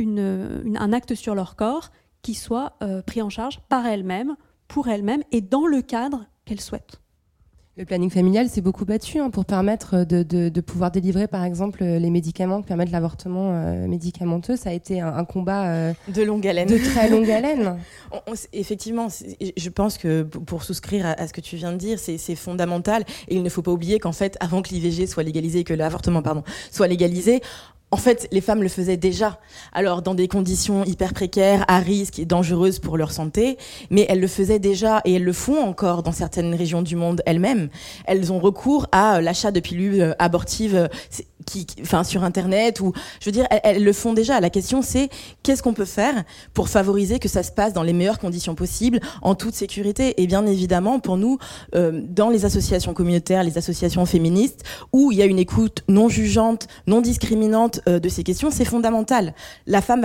un acte sur leur corps qui soit pris en charge par elles-mêmes, pour elles-mêmes et dans le cadre qu'elles souhaitent. Le planning familial s'est beaucoup battu pour permettre de pouvoir délivrer, par exemple, les médicaments qui permettent l'avortement médicamenteux. Ça a été un combat de longue haleine. De très longue haleine. Effectivement, je pense que pour souscrire à ce que tu viens de dire, c'est fondamental. Et il ne faut pas oublier qu'en fait, avant que l'IVG soit légalisé, que l'avortement, soit légalisé, en fait, les femmes le faisaient déjà. Alors, dans des conditions hyper précaires, à risque et dangereuses pour leur santé, mais elles le faisaient déjà et elles le font encore dans certaines régions du monde elles-mêmes. Elles ont recours à l'achat de pilules abortives. sur Internet, ou je veux dire, elles le font déjà. La question, c'est qu'est-ce qu'on peut faire pour favoriser que ça se passe dans les meilleures conditions possibles, en toute sécurité. Et bien évidemment, pour nous, dans les associations communautaires, les associations féministes, où il y a une écoute non jugeante, non discriminante de ces questions, c'est fondamental. Les femmes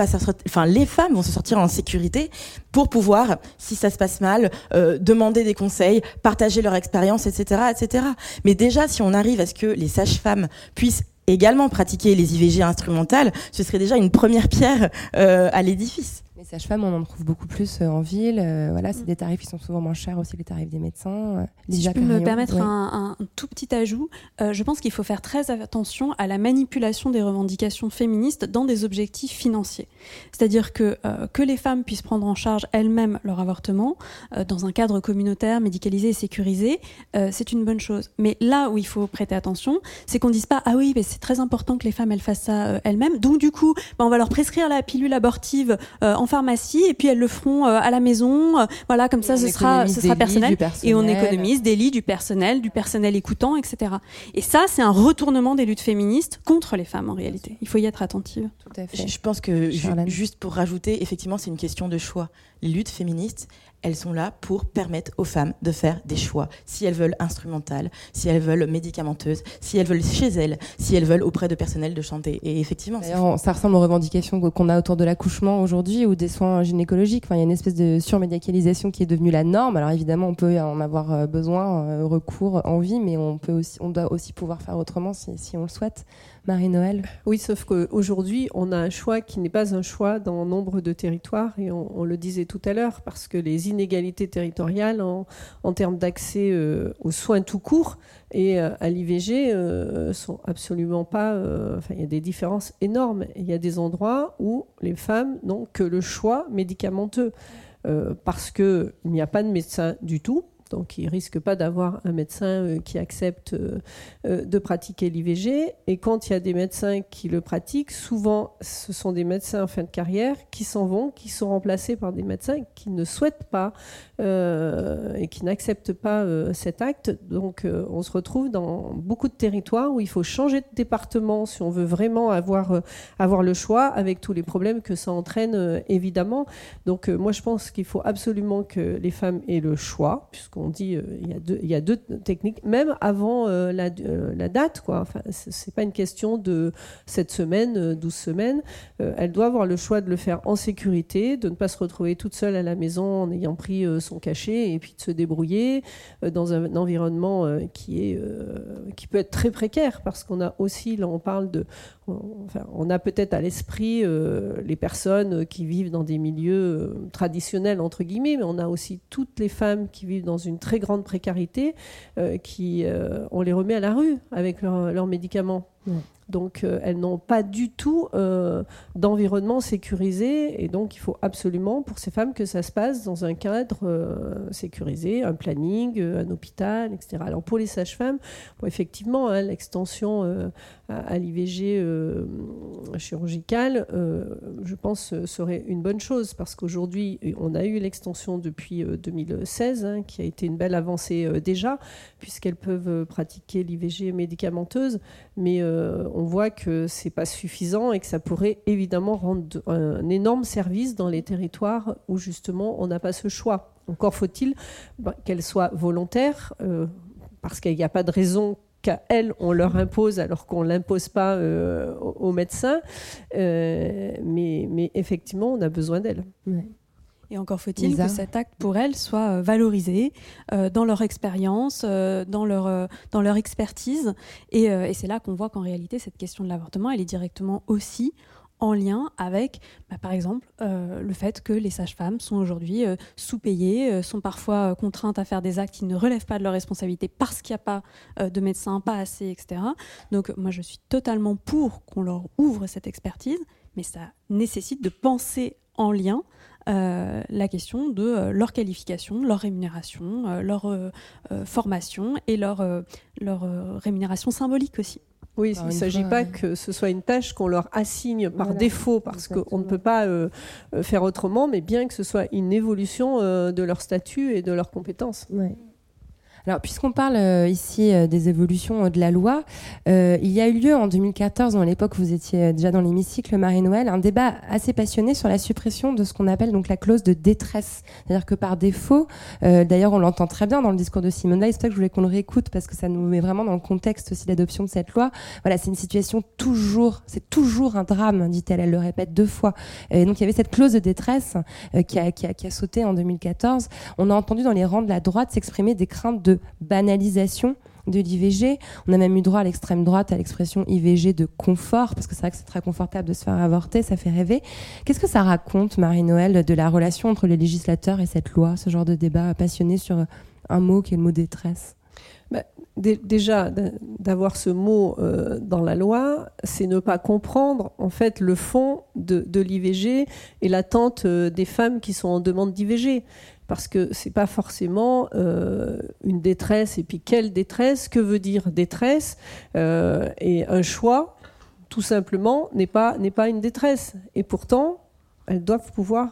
vont se sortir en sécurité pour pouvoir, si ça se passe mal, demander des conseils, partager leur expérience, etc., etc. Mais déjà, si on arrive à ce que les sages-femmes puissent également pratiquer les IVG instrumentales, ce serait déjà une première pierre à l'édifice. Les sages-femmes, on en trouve beaucoup plus en ville. Voilà, c'est des tarifs qui sont souvent moins chers aussi, les tarifs des médecins. Si je peux me permettre un tout petit ajout, je pense qu'il faut faire très attention à la manipulation des revendications féministes dans des objectifs financiers. C'est-à-dire que les femmes puissent prendre en charge elles-mêmes leur avortement dans un cadre communautaire, médicalisé et sécurisé, c'est une bonne chose. Mais là où il faut prêter attention, c'est qu'on ne dise pas « Ah oui, mais c'est très important que les femmes elles fassent ça elles-mêmes, donc du coup, on va leur prescrire la pilule abortive en pharmacie et puis elles le feront à la maison, voilà, comme ça ce sera personnel, et on économise des lits, du personnel écoutant, etc. Et ça, c'est un retournement des luttes féministes contre les femmes en réalité. Il faut y être attentive. Tout à fait. Je pense que juste pour rajouter, effectivement, c'est une question de choix. Les luttes féministes, elles sont là pour permettre aux femmes de faire des choix. Si elles veulent instrumentales, si elles veulent médicamenteuses, si elles veulent chez elles, si elles veulent auprès de personnel de santé. Et effectivement, d'ailleurs, ça ressemble aux revendications qu'on a autour de l'accouchement aujourd'hui ou des soins gynécologiques. Enfin, il y a une espèce de surmédicalisation qui est devenue la norme. Alors évidemment, on peut en avoir besoin, recours, envie, mais on doit aussi pouvoir faire autrement si on le souhaite. Marie-Noël. Oui, sauf qu'aujourd'hui, on a un choix qui n'est pas un choix dans nombre de territoires, et on le disait tout à l'heure, parce que les inégalités territoriales en termes d'accès aux soins tout court et à l'IVG sont absolument pas... il y a des différences énormes. Il y a des endroits où les femmes n'ont que le choix médicamenteux, parce qu'il n'y a pas de médecin du tout. Donc, ils ne risquent pas d'avoir un médecin qui accepte de pratiquer l'IVG. Et quand il y a des médecins qui le pratiquent, souvent, ce sont des médecins en fin de carrière qui s'en vont, qui sont remplacés par des médecins qui ne souhaitent pas et qui n'acceptent pas cet acte. Donc, on se retrouve dans beaucoup de territoires où il faut changer de département si on veut vraiment avoir le choix, avec tous les problèmes que ça entraîne, évidemment. Donc, moi, je pense qu'il faut absolument que les femmes aient le choix, puisqu'on dit il y a deux techniques, même avant la date, quoi. Enfin, c'est pas une question de 7 semaines, 12 semaines. Elle doit avoir le choix de le faire en sécurité, de ne pas se retrouver toute seule à la maison en ayant pris son cachet, et puis de se débrouiller dans un environnement qui peut être très précaire, parce qu'on a aussi, là on parle on a peut-être à l'esprit les personnes qui vivent dans des milieux traditionnels, entre guillemets, mais on a aussi toutes les femmes qui vivent dans une très grande précarité, on les remet à la rue avec leurs médicaments. Ouais. Donc, elles n'ont pas du tout d'environnement sécurisé, et donc il faut absolument pour ces femmes que ça se passe dans un cadre sécurisé, un planning, un hôpital, etc. Alors pour les sages-femmes, effectivement, l'extension à l'IVG chirurgicale, je pense, serait une bonne chose, parce qu'aujourd'hui, on a eu l'extension depuis 2016, qui a été une belle avancée déjà, puisqu'elles peuvent pratiquer l'IVG médicamenteuse, mais on voit que c'est pas suffisant et que ça pourrait évidemment rendre un énorme service dans les territoires où justement on n'a pas ce choix. Encore faut-il qu'elle soit volontaire, parce qu'il n'y a pas de raison qu'à elles, on leur impose alors qu'on ne l'impose pas aux médecins. Mais effectivement, on a besoin d'elles. Ouais. Et encore faut-il que cet acte, pour elles, soit valorisé dans leur expérience, dans leur expertise. Et c'est là qu'on voit qu'en réalité, cette question de l'avortement, elle est directement aussi en lien avec, par exemple, le fait que les sages-femmes sont aujourd'hui sous-payées, sont parfois contraintes à faire des actes qui ne relèvent pas de leur responsabilité parce qu'il n'y a pas de médecins, pas assez, etc. Donc moi, je suis totalement pour qu'on leur ouvre cette expertise, mais ça nécessite de penser en lien la question de leur qualification, leur rémunération, leur formation et leur rémunération symbolique aussi. Oui, il ne s'agit pas que ce soit une tâche qu'on leur assigne par défaut, parce qu'on ne peut pas faire autrement, mais bien que ce soit une évolution de leur statut et de leurs compétences. Ouais. Alors, puisqu'on parle ici des évolutions de la loi, il y a eu lieu en 2014, à l'époque où vous étiez déjà dans l'hémicycle, Marie-Noëlle, un débat assez passionné sur la suppression de ce qu'on appelle donc la clause de détresse. C'est-à-dire que par défaut, d'ailleurs on l'entend très bien dans le discours de Simone Veil, c'est pour ça que je voulais qu'on le réécoute parce que ça nous met vraiment dans le contexte aussi d'adoption de cette loi. Voilà, c'est une situation c'est toujours un drame, dit-elle, elle le répète 2 fois. Et donc il y avait cette clause de détresse qui a sauté en 2014. On a entendu dans les rangs de la droite s'exprimer des craintes de banalisation de l'IVG. On a même eu droit à l'extrême droite à l'expression IVG de confort, parce que c'est vrai que c'est très confortable de se faire avorter, ça fait rêver. Qu'est-ce que ça raconte, Marie-Noëlle, de la relation entre les législateurs et cette loi, ce genre de débat passionné sur un mot qui est le mot détresse? Déjà, d'avoir ce mot dans la loi, c'est ne pas comprendre en fait le fond de l'IVG et l'attente des femmes qui sont en demande d'IVG. Parce que c'est pas forcément une détresse, et puis quelle détresse, que veut dire détresse, et un choix, tout simplement, n'est pas une détresse. Et pourtant, elles doivent pouvoir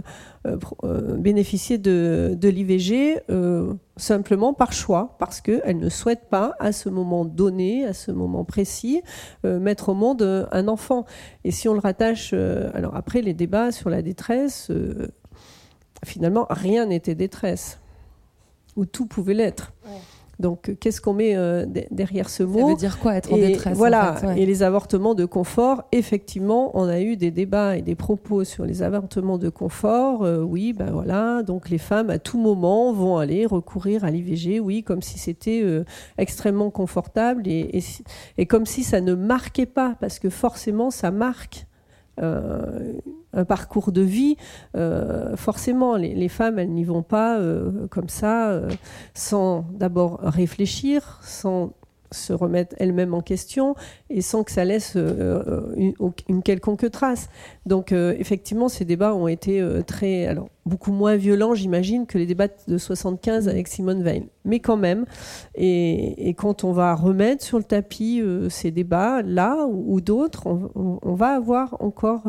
bénéficier de l'IVG simplement par choix, parce qu'elles ne souhaitent pas, à ce moment donné, à ce moment précis, mettre au monde un enfant. Et si on le rattache... alors après, les débats sur la détresse... finalement, rien n'était détresse, ou tout pouvait l'être. Ouais. Donc, qu'est-ce qu'on met derrière ce mot ? Ça veut dire quoi, être en détresse ? Voilà, en fait, ouais. Et les avortements de confort, effectivement, on a eu des débats et des propos sur les avortements de confort. Oui, ben voilà, donc les femmes, à tout moment, vont aller recourir à l'IVG, oui, comme si c'était extrêmement confortable, et comme si ça ne marquait pas, parce que forcément, ça marque un parcours de vie. Forcément, les femmes, elles n'y vont pas comme ça, sans d'abord réfléchir, sans se remettre elles-mêmes en question et sans que ça laisse une quelconque trace. Donc effectivement, ces débats ont été beaucoup moins violents, j'imagine, que les débats de 75 avec Simone Veil. Mais quand même, et quand on va remettre sur le tapis ces débats, là ou d'autres, on va avoir encore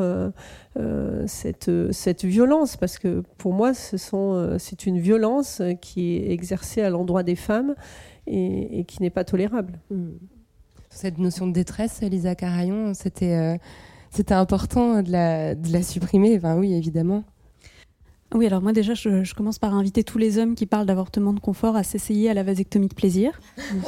cette violence, parce que pour moi, c'est une violence qui est exercée à l'endroit des femmes et qui n'est pas tolérable. Cette notion de détresse, Lisa Carayon, c'était important de la supprimer. Enfin, oui, évidemment. Oui, alors moi déjà, je commence par inviter tous les hommes qui parlent d'avortement de confort à s'essayer à la vasectomie de plaisir.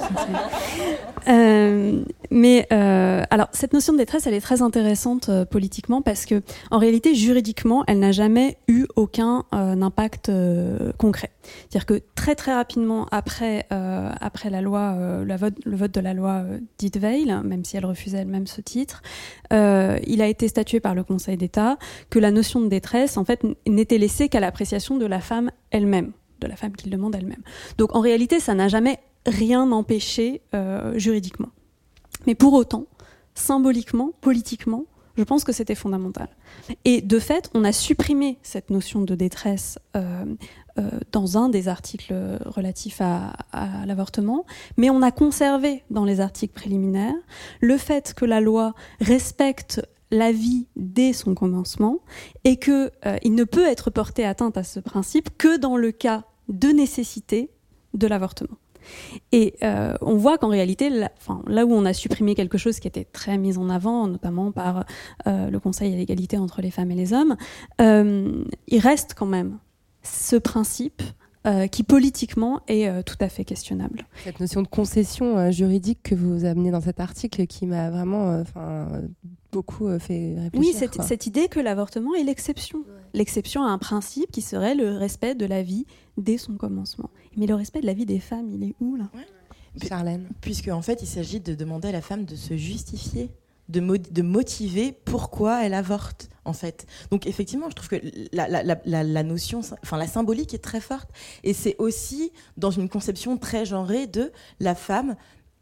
Alors, cette notion de détresse, elle est très intéressante politiquement, parce que en réalité, juridiquement, elle n'a jamais eu aucun impact concret. C'est-à-dire que très très rapidement après la loi, le vote de la loi dite Veil, même si elle refusait elle-même ce titre, il a été statué par le Conseil d'État que la notion de détresse, en fait, n'était laissée qu'à l'appréciation de la femme elle-même, de la femme qui le demande elle-même. Donc en réalité, ça n'a jamais rien empêché juridiquement. Mais pour autant, symboliquement, politiquement, je pense que c'était fondamental. Et de fait, on a supprimé cette notion de détresse dans un des articles relatifs à l'avortement, mais on a conservé dans les articles préliminaires le fait que la loi respecte la vie dès son commencement et qu'il ne peut être porté atteinte à ce principe que dans le cas de nécessité de l'avortement. Et on voit qu'en réalité, là où on a supprimé quelque chose qui était très mis en avant, notamment par le Conseil à l'égalité entre les femmes et les hommes, il reste quand même ce principe qui politiquement est tout à fait questionnable. Cette notion de concession juridique que vous amenez dans cet article qui m'a vraiment beaucoup fait réfléchir. Oui, cette idée que l'avortement est l'exception. Ouais. L'exception à un principe qui serait le respect de la vie dès son commencement. Mais le respect de la vie des femmes, il est où là ? Charlène. Puisque en fait, il s'agit de demander à la femme de se justifier, de motiver pourquoi elle avorte, en fait. Donc effectivement, je trouve que la notion, enfin la symbolique est très forte, et c'est aussi dans une conception très genrée de la femme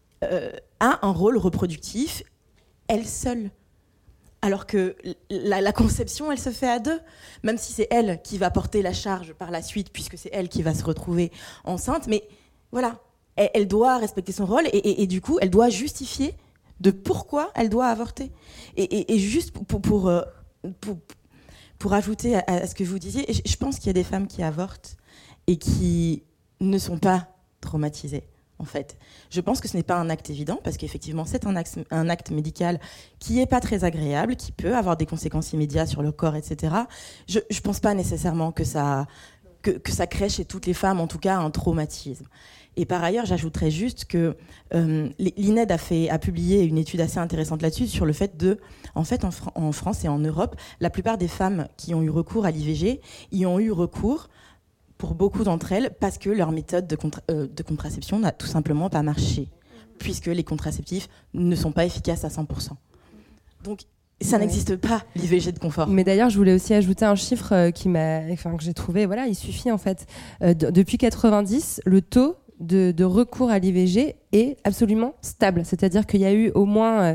a un rôle reproductif, elle seule. Alors que la conception, elle se fait à deux, même si c'est elle qui va porter la charge par la suite, puisque c'est elle qui va se retrouver enceinte. Mais voilà, elle doit respecter son rôle et du coup, elle doit justifier de pourquoi elle doit avorter. Et juste pour ajouter à ce que vous disiez, je pense qu'il y a des femmes qui avortent et qui ne sont pas traumatisées, en fait. Je pense que ce n'est pas un acte évident, parce qu'effectivement, c'est un acte médical qui n'est pas très agréable, qui peut avoir des conséquences immédiates sur le corps, etc. Je ne pense pas nécessairement que ça crée chez toutes les femmes, en tout cas, un traumatisme. Et par ailleurs, j'ajouterais juste que l'INED a publié une étude assez intéressante là-dessus, sur le fait en France et en Europe, la plupart des femmes qui ont eu recours à l'IVG y ont eu recours, pour beaucoup d'entre elles, parce que leur méthode de contraception n'a tout simplement pas marché, puisque les contraceptifs ne sont pas efficaces à 100%. Donc, ça n'existe pas, l'IVG de confort. Mais d'ailleurs, je voulais aussi ajouter un chiffre que j'ai trouvé. Voilà, il suffit en fait. Depuis 90, le taux de recours à l'IVG est absolument stable. C'est-à-dire qu'il y a eu au moins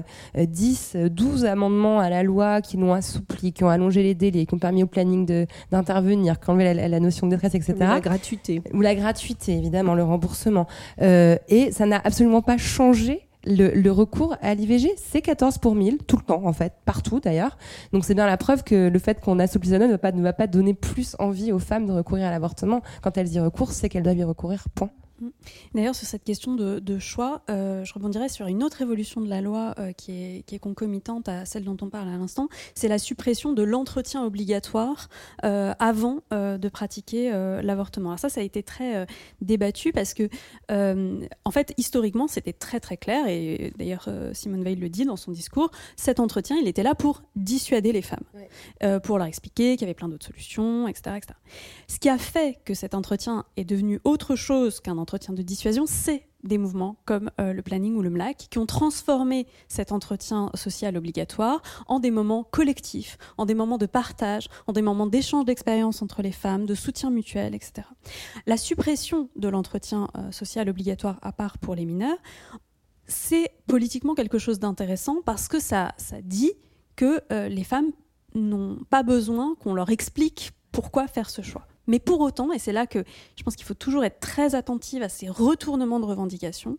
12 amendements à la loi qui l'ont assoupli, qui ont allongé les délais, qui ont permis au planning d'intervenir, qui ont enlevé la notion de détresse, etc. La gratuité. Ou la gratuité, évidemment, le remboursement. Et ça n'a absolument pas changé le recours à l'IVG. C'est 14 pour 1000, tout le temps, en fait, partout d'ailleurs. Donc c'est bien la preuve que le fait qu'on assouplisse la norme ne va pas donner plus envie aux femmes de recourir à l'avortement. Quand elles y recourent, c'est qu'elles doivent y recourir, point. D'ailleurs, sur cette question de choix, je rebondirais sur une autre évolution de la loi qui est concomitante à celle dont on parle à l'instant. C'est la suppression de l'entretien obligatoire avant de pratiquer l'avortement. Alors ça a été très débattu parce que, en fait, historiquement, c'était très très clair, et d'ailleurs Simone Veil le dit dans son discours, cet entretien, il était là pour dissuader les femmes, pour leur expliquer qu'il y avait plein d'autres solutions, etc., etc. Ce qui a fait que cet entretien est devenu autre chose qu'un entretien de dissuasion, c'est des mouvements comme le planning ou le MLAC qui ont transformé cet entretien social obligatoire en des moments collectifs, en des moments de partage, en des moments d'échange d'expériences entre les femmes, de soutien mutuel, etc. La suppression de l'entretien social obligatoire à part pour les mineurs, c'est politiquement quelque chose d'intéressant parce que ça dit que les femmes n'ont pas besoin qu'on leur explique pourquoi faire ce choix. Mais pour autant, et c'est là que je pense qu'il faut toujours être très attentive à ces retournements de revendications,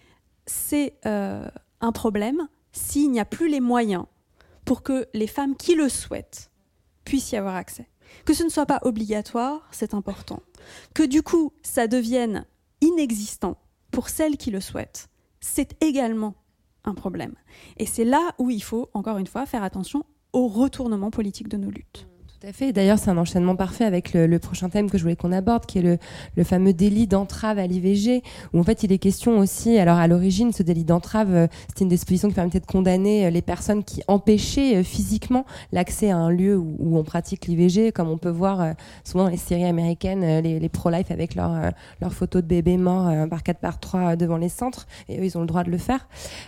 c'est un problème s'il n'y a plus les moyens pour que les femmes qui le souhaitent puissent y avoir accès. Que ce ne soit pas obligatoire, c'est important. Que du coup, ça devienne inexistant pour celles qui le souhaitent, c'est également un problème. Et c'est là où il faut, encore une fois, faire attention au retournement politique de nos luttes. Tout à fait. D'ailleurs, c'est un enchaînement parfait avec le prochain thème que je voulais qu'on aborde, qui est le fameux délit d'entrave à l'IVG, où en fait il est question aussi, alors à l'origine, ce délit d'entrave, c'était une disposition qui permettait de condamner les personnes qui empêchaient physiquement l'accès à un lieu où on pratique l'IVG, comme on peut voir souvent dans les séries américaines, les pro-life avec leurs photos de bébés morts par 4x3 devant les centres, et eux, ils ont le droit de le faire.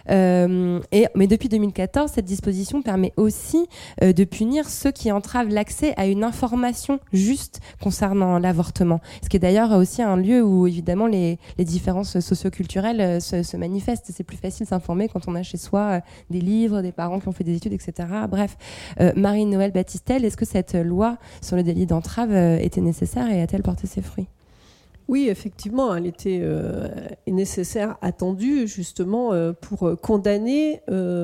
Mais depuis 2014, cette disposition permet aussi de punir ceux qui entravent l'accès à une information juste concernant l'avortement. Ce qui est d'ailleurs aussi un lieu où évidemment les différences socioculturelles se manifestent. C'est plus facile de s'informer quand on a chez soi des livres, des parents qui ont fait des études, etc. Bref, Marie-Noëlle Battistel, est-ce que cette loi sur le délit d'entrave était nécessaire et a-t-elle porté ses fruits ? Oui, effectivement, elle était nécessaire, attendue, justement, pour condamner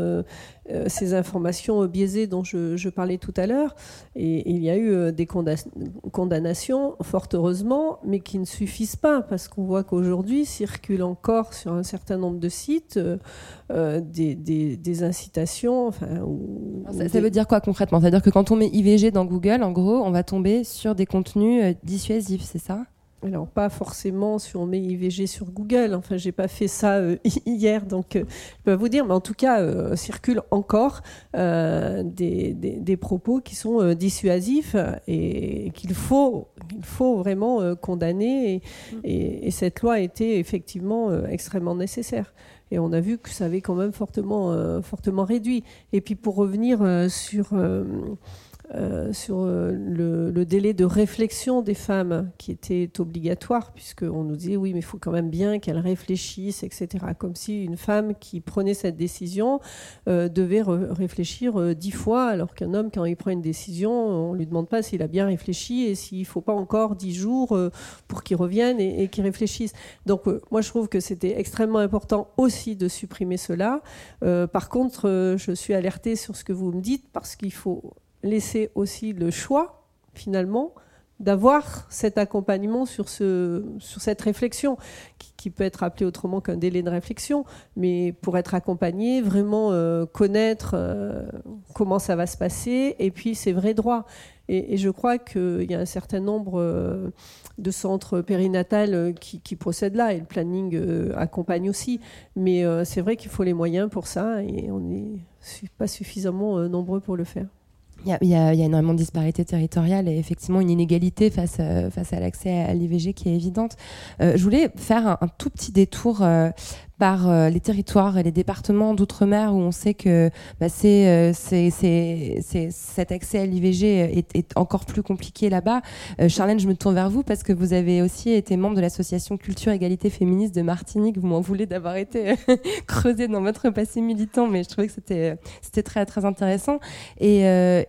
ces informations biaisées dont je parlais tout à l'heure. Et il y a eu des condamnations, fort heureusement, mais qui ne suffisent pas, parce qu'on voit qu'aujourd'hui circulent encore sur un certain nombre de sites des incitations. Ça veut dire quoi concrètement ? C'est-à-dire que quand on met IVG dans Google, en gros, on va tomber sur des contenus dissuasifs, c'est ça ? Alors, pas forcément si on met IVG sur Google. Enfin, j'ai pas fait ça hier, donc je peux vous dire. Mais en tout cas, circulent encore des propos qui sont dissuasifs et qu'il faut vraiment condamner. Et cette loi a été effectivement extrêmement nécessaire. Et on a vu que ça avait quand même fortement réduit. Et puis, pour revenir sur le délai de réflexion des femmes qui était obligatoire, puisqu'on nous disait oui, mais il faut quand même bien qu'elles réfléchissent, etc. Comme si une femme qui prenait cette décision devait réfléchir 10 fois, alors qu'un homme, quand il prend une décision, on ne lui demande pas s'il a bien réfléchi et s'il ne faut pas encore 10 jours pour qu'il revienne et qu'il réfléchisse. Donc moi, je trouve que c'était extrêmement important aussi de supprimer cela. Par contre, je suis alertée sur ce que vous me dites, parce qu'il faut laisser aussi le choix, finalement, d'avoir cet accompagnement sur cette réflexion, qui peut être appelée autrement qu'un délai de réflexion, mais pour être accompagné, vraiment connaître comment ça va se passer, et puis ses vrais droits. Et je crois qu'il y a un certain nombre de centres périnatales qui procèdent là, et le planning accompagne aussi. Mais c'est vrai qu'il faut les moyens pour ça, et on n'est pas suffisamment nombreux pour le faire. Il y a énormément de disparités territoriales et effectivement une inégalité face à l'accès à l'IVG qui est évidente. Je voulais faire un tout petit détour par les territoires et les départements d'outre-mer où on sait que cet accès à l'IVG est encore plus compliqué là-bas. Charlène, je me tourne vers vous parce que vous avez aussi été membre de l'association Culture Égalité Féministe de Martinique. Vous m'en voulez d'avoir été creusé dans votre passé militant, mais je trouvais que c'était très, très intéressant. Et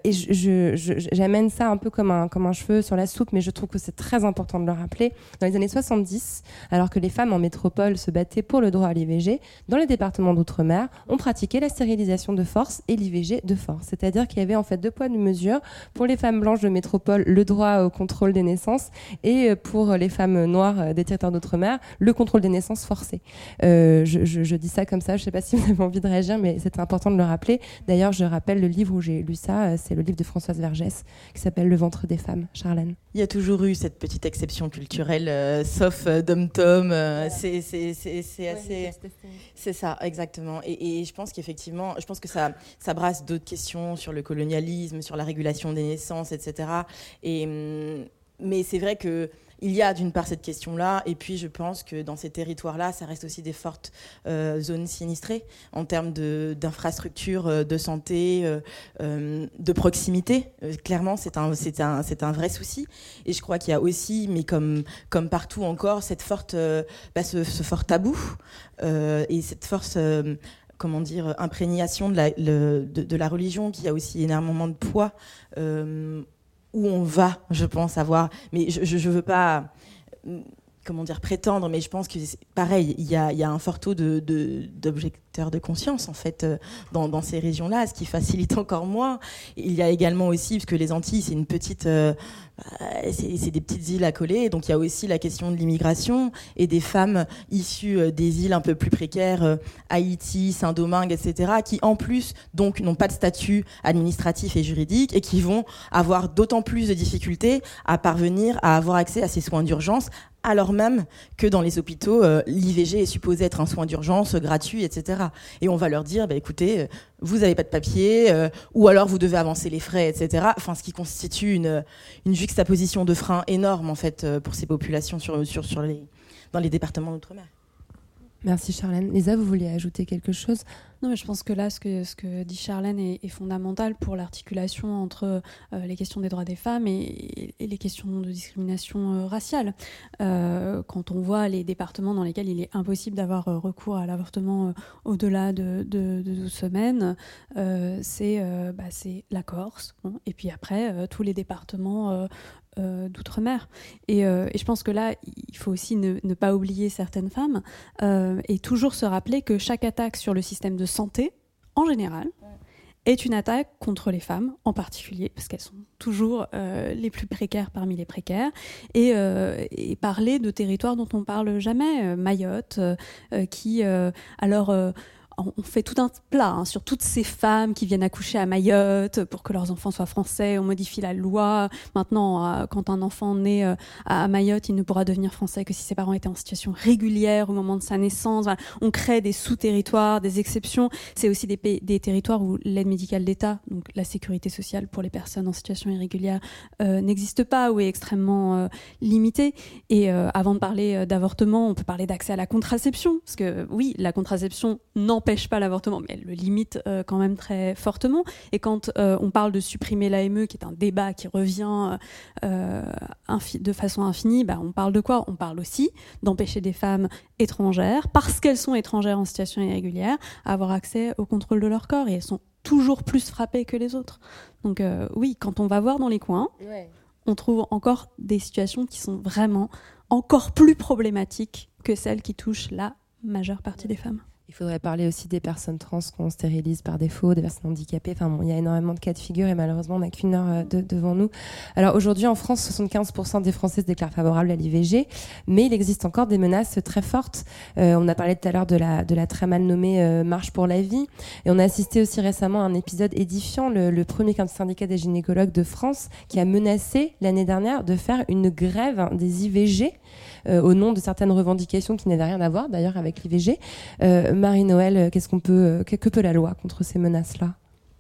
j'amène ça un peu comme un cheveu sur la soupe, mais je trouve que c'est très important de le rappeler. Dans les années 70, alors que les femmes en métropole se battaient pour le droit à l'IVG, dans les départements d'outre-mer, on pratiquait la stérilisation de force et l'IVG de force. C'est-à-dire qu'il y avait en fait 2 poids 2 mesures. Pour les femmes blanches de métropole, le droit au contrôle des naissances, et pour les femmes noires des territoires d'outre-mer, le contrôle des naissances forcé. Je dis ça comme ça, je ne sais pas si vous avez envie de réagir, mais c'est important de le rappeler. D'ailleurs, je rappelle le livre où j'ai lu ça, c'est le livre de Françoise Vergès, qui s'appelle Le ventre des femmes. Charlène. Il y a toujours eu cette petite exception culturelle, sauf dom-tom, c'est assez... C'est ça, exactement. Et je pense qu'effectivement, que ça brasse d'autres questions sur le colonialisme, sur la régulation des naissances, etc. Mais c'est vrai que il y a d'une part cette question-là, et puis je pense que dans ces territoires-là, ça reste aussi des fortes zones sinistrées en termes d'infrastructures, de santé, de proximité. Clairement, c'est un vrai souci. Et je crois qu'il y a aussi, mais comme partout encore, cette ce fort tabou et cette force... imprégnation de la religion, qui a aussi énormément de poids, où on va, je pense, avoir... Mais je veux pas, prétendre, mais je pense que c'est pareil, il y a un fort taux d'objecteurs de conscience, en fait, dans ces régions-là, ce qui facilite encore moins. Il y a également aussi, parce que les Antilles, c'est une petite... c'est des petites îles accolées, donc il y a aussi la question de l'immigration et des femmes issues des îles un peu plus précaires, Haïti, Saint-Domingue, etc., qui en plus donc n'ont pas de statut administratif et juridique et qui vont avoir d'autant plus de difficultés à parvenir à avoir accès à ces soins d'urgence, alors même que dans les hôpitaux, l'IVG est supposé être un soin d'urgence gratuit, etc. Et on va leur dire, écoutez, vous n'avez pas de papier, ou alors vous devez avancer les frais, etc. Enfin, ce qui constitue une juxtaposition de freins énorme, en fait, pour ces populations dans les départements d'outre-mer. Merci Charlène. Lisa, vous vouliez ajouter quelque chose ? Non, mais je pense que là, ce que dit Charlène est fondamental pour l'articulation entre les questions des droits des femmes et les questions de discrimination raciale. Quand on voit les départements dans lesquels il est impossible d'avoir recours à l'avortement au-delà de 12 semaines, c'est la Corse, bon, et puis après, tous les départements d'outre-mer. Et je pense que là, il faut aussi ne pas oublier certaines femmes et toujours se rappeler que chaque attaque sur le système de santé, en général, est une attaque contre les femmes, en particulier, parce qu'elles sont toujours les plus précaires parmi les précaires, et parler de territoires dont on parle jamais, Mayotte, qui, on fait tout un plat sur toutes ces femmes qui viennent accoucher à Mayotte pour que leurs enfants soient français. On modifie la loi. Maintenant, quand un enfant naît à Mayotte, il ne pourra devenir français que si ses parents étaient en situation régulière au moment de sa naissance. Voilà. On crée des sous-territoires, des exceptions. C'est aussi des territoires où l'aide médicale d'État, donc la sécurité sociale pour les personnes en situation irrégulière, n'existe pas ou est extrêmement limitée. Et avant de parler d'avortement, on peut parler d'accès à la contraception. Parce que oui, la contraception n'empêche pas l'avortement, mais elle le limite quand même très fortement. Et quand on parle de supprimer l'AME, qui est un débat qui revient de façon infinie, on parle de quoi ? On parle aussi d'empêcher des femmes étrangères, parce qu'elles sont étrangères en situation irrégulière, à avoir accès au contrôle de leur corps, et elles sont toujours plus frappées que les autres. Donc oui, quand on va voir dans les coins, on trouve encore des situations qui sont vraiment encore plus problématiques que celles qui touchent la majeure partie des femmes. Il faudrait parler aussi des personnes trans qu'on stérilise par défaut, des personnes handicapées. Enfin, bon, il y a énormément de cas de figure et malheureusement, on n'a qu'une heure devant nous. Alors aujourd'hui, en France, 75% des Français se déclarent favorables à l'IVG, mais il existe encore des menaces très fortes. On a parlé tout à l'heure de la très mal nommée Marche pour la vie. Et on a assisté aussi récemment à un épisode édifiant, le premier syndicat des gynécologues de France, qui a menacé l'année dernière de faire une grève des IVG au nom de certaines revendications qui n'avaient rien à voir d'ailleurs avec l'IVG. Marie-Noëlle, que peut la loi contre ces menaces-là ?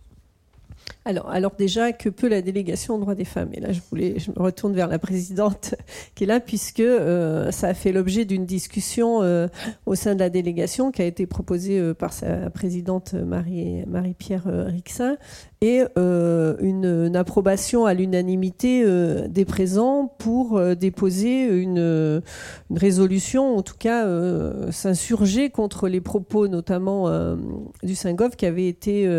Alors déjà, que peut la délégation aux droits des femmes ? Et là, je me retourne vers la présidente qui est là, puisque ça a fait l'objet d'une discussion au sein de la délégation qui a été proposée par sa présidente Marie-Pierre Rixain, et une approbation à l'unanimité des présents pour déposer une résolution, en tout cas s'insurger contre les propos notamment du Saint-Gov qui avait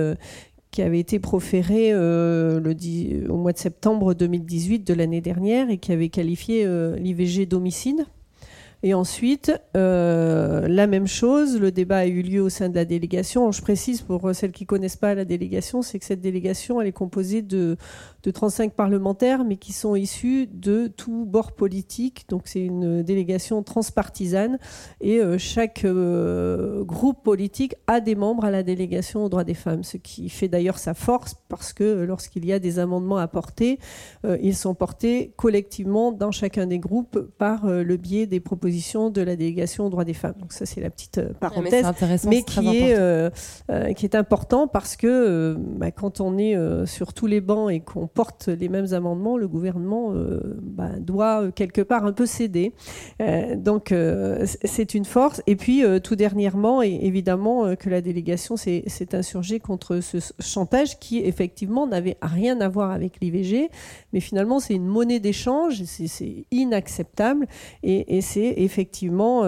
été proféré au mois de septembre 2018 de l'année dernière et qui avait qualifié l'IVG d'homicide. Et ensuite, la même chose, le débat a eu lieu au sein de la délégation. Je précise pour celles qui ne connaissent pas la délégation, c'est que cette délégation, elle est composée de 35 parlementaires, mais qui sont issus de tout bord politique. Donc c'est une délégation transpartisane et chaque groupe politique a des membres à la délégation aux droits des femmes, ce qui fait d'ailleurs sa force, parce que lorsqu'il y a des amendements à porter, ils sont portés collectivement dans chacun des groupes par le biais des propositions de la délégation aux droits des femmes. Donc ça, c'est la petite parenthèse, mais qui est important parce que quand on est sur tous les bancs et qu'on porte les mêmes amendements, le gouvernement doit quelque part un peu céder. Donc c'est une force. Et puis tout dernièrement, et évidemment que la délégation s'est insurgée contre ce chantage qui effectivement n'avait rien à voir avec l'IVG, mais finalement c'est une monnaie d'échange, c'est inacceptable et c'est effectivement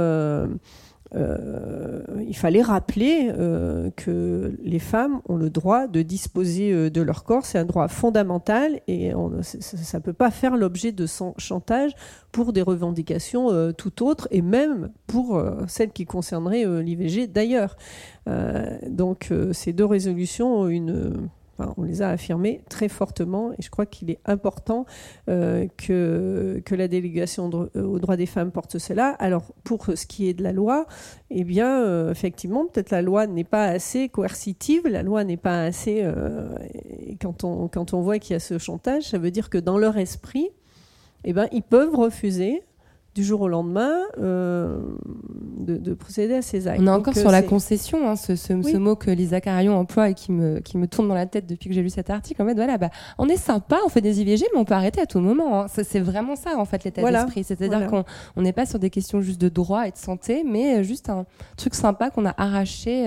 il fallait rappeler que les femmes ont le droit de disposer de leur corps. C'est un droit fondamental et ça ne peut pas faire l'objet de chantage pour des revendications tout autres, et même pour celles qui concerneraient l'IVG d'ailleurs. Donc ces deux résolutions, on les a affirmées très fortement et je crois qu'il est important que la délégation aux droits des femmes porte cela. Alors pour ce qui est de la loi, eh bien effectivement peut-être la loi n'est pas assez coercitive, la loi n'est pas assez... quand on voit qu'il y a ce chantage, ça veut dire que dans leur esprit, eh ben, ils peuvent refuser du jour au lendemain de procéder à ces actes. On est encore sur la concession, ce mot que Lisa Carillon emploie et qui me tourne dans la tête depuis que j'ai lu cet article. En fait, voilà, on est sympa, on fait des IVG, mais on peut arrêter à tout moment. Hein. C'est vraiment ça, en fait, l'état d'esprit. C'est-à-dire qu'on n'est pas sur des questions juste de droit et de santé, mais juste un truc sympa qu'on a arraché.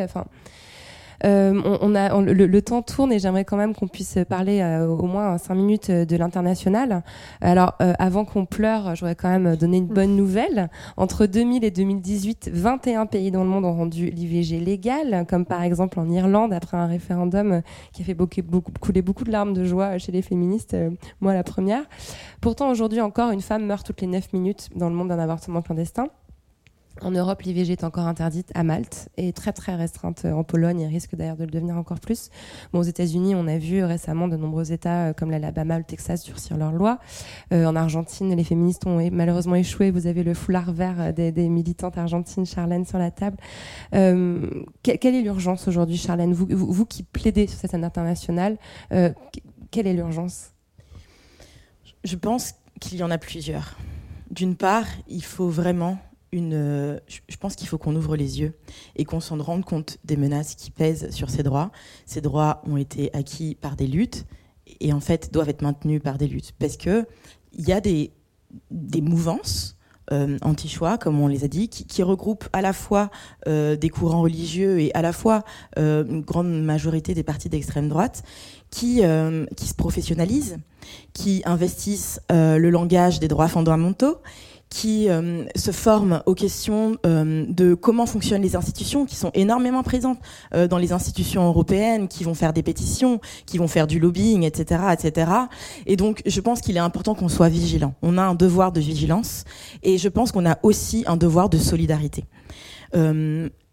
Le temps tourne et j'aimerais quand même qu'on puisse parler au moins 5 minutes de l'international. Alors avant qu'on pleure, je voudrais quand même donner une bonne nouvelle. Entre 2000 et 2018, 21 pays dans le monde ont rendu l'IVG légal, comme par exemple en Irlande après un référendum qui a fait couler beaucoup de larmes de joie chez les féministes, moi la première. Pourtant aujourd'hui encore, une femme meurt toutes les 9 minutes dans le monde d'un avortement clandestin. En Europe, l'IVG est encore interdite à Malte et très très restreinte en Pologne et risque d'ailleurs de le devenir encore plus. Aux États-Unis, on a vu récemment de nombreux États comme l'Alabama, le Texas durcir leurs lois. En Argentine, les féministes ont malheureusement échoué. Vous avez le foulard vert des militantes argentines, Charlène, sur la table. Quelle est l'urgence aujourd'hui, Charlène, vous qui plaidez sur cette scène internationale, quelle est l'urgence ? Je pense qu'il y en a plusieurs. D'une part, il faut vraiment... je pense qu'il faut qu'on ouvre les yeux et qu'on s'en rende compte des menaces qui pèsent sur ces droits. Ces droits ont été acquis par des luttes et en fait doivent être maintenus par des luttes parce qu'il y a des mouvances anti-choix, comme on les a dit, qui regroupent à la fois des courants religieux et à la fois une grande majorité des partis d'extrême droite qui se professionnalisent, qui investissent le langage des droits fondamentaux, qui se forment aux questions de comment fonctionnent les institutions, qui sont énormément présentes dans les institutions européennes, qui vont faire des pétitions, qui vont faire du lobbying, etc., etc. Et donc, je pense qu'il est important qu'on soit vigilant. On a un devoir de vigilance et je pense qu'on a aussi un devoir de solidarité.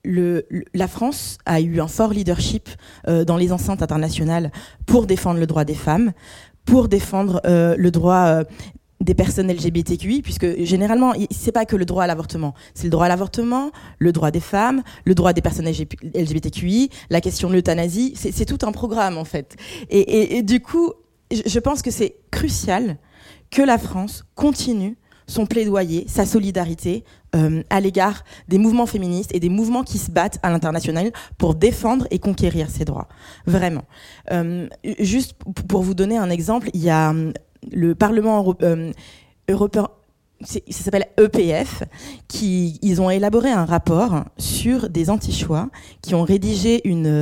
la France a eu un fort leadership dans les enceintes internationales pour défendre le droit des femmes, pour défendre le droit des personnes LGBTQI, puisque généralement, c'est pas que le droit à l'avortement. C'est le droit à l'avortement, le droit des femmes, le droit des personnes LGBTQI, la question de l'euthanasie. C'est tout un programme, en fait. Et du coup, je pense que c'est crucial que la France continue son plaidoyer, sa solidarité à l'égard des mouvements féministes et des mouvements qui se battent à l'international pour défendre et conquérir ces droits. Vraiment. Juste pour vous donner un exemple, il y a le Parlement européen, ça s'appelle EPF, ils ont élaboré un rapport sur des anti-choix qui ont rédigé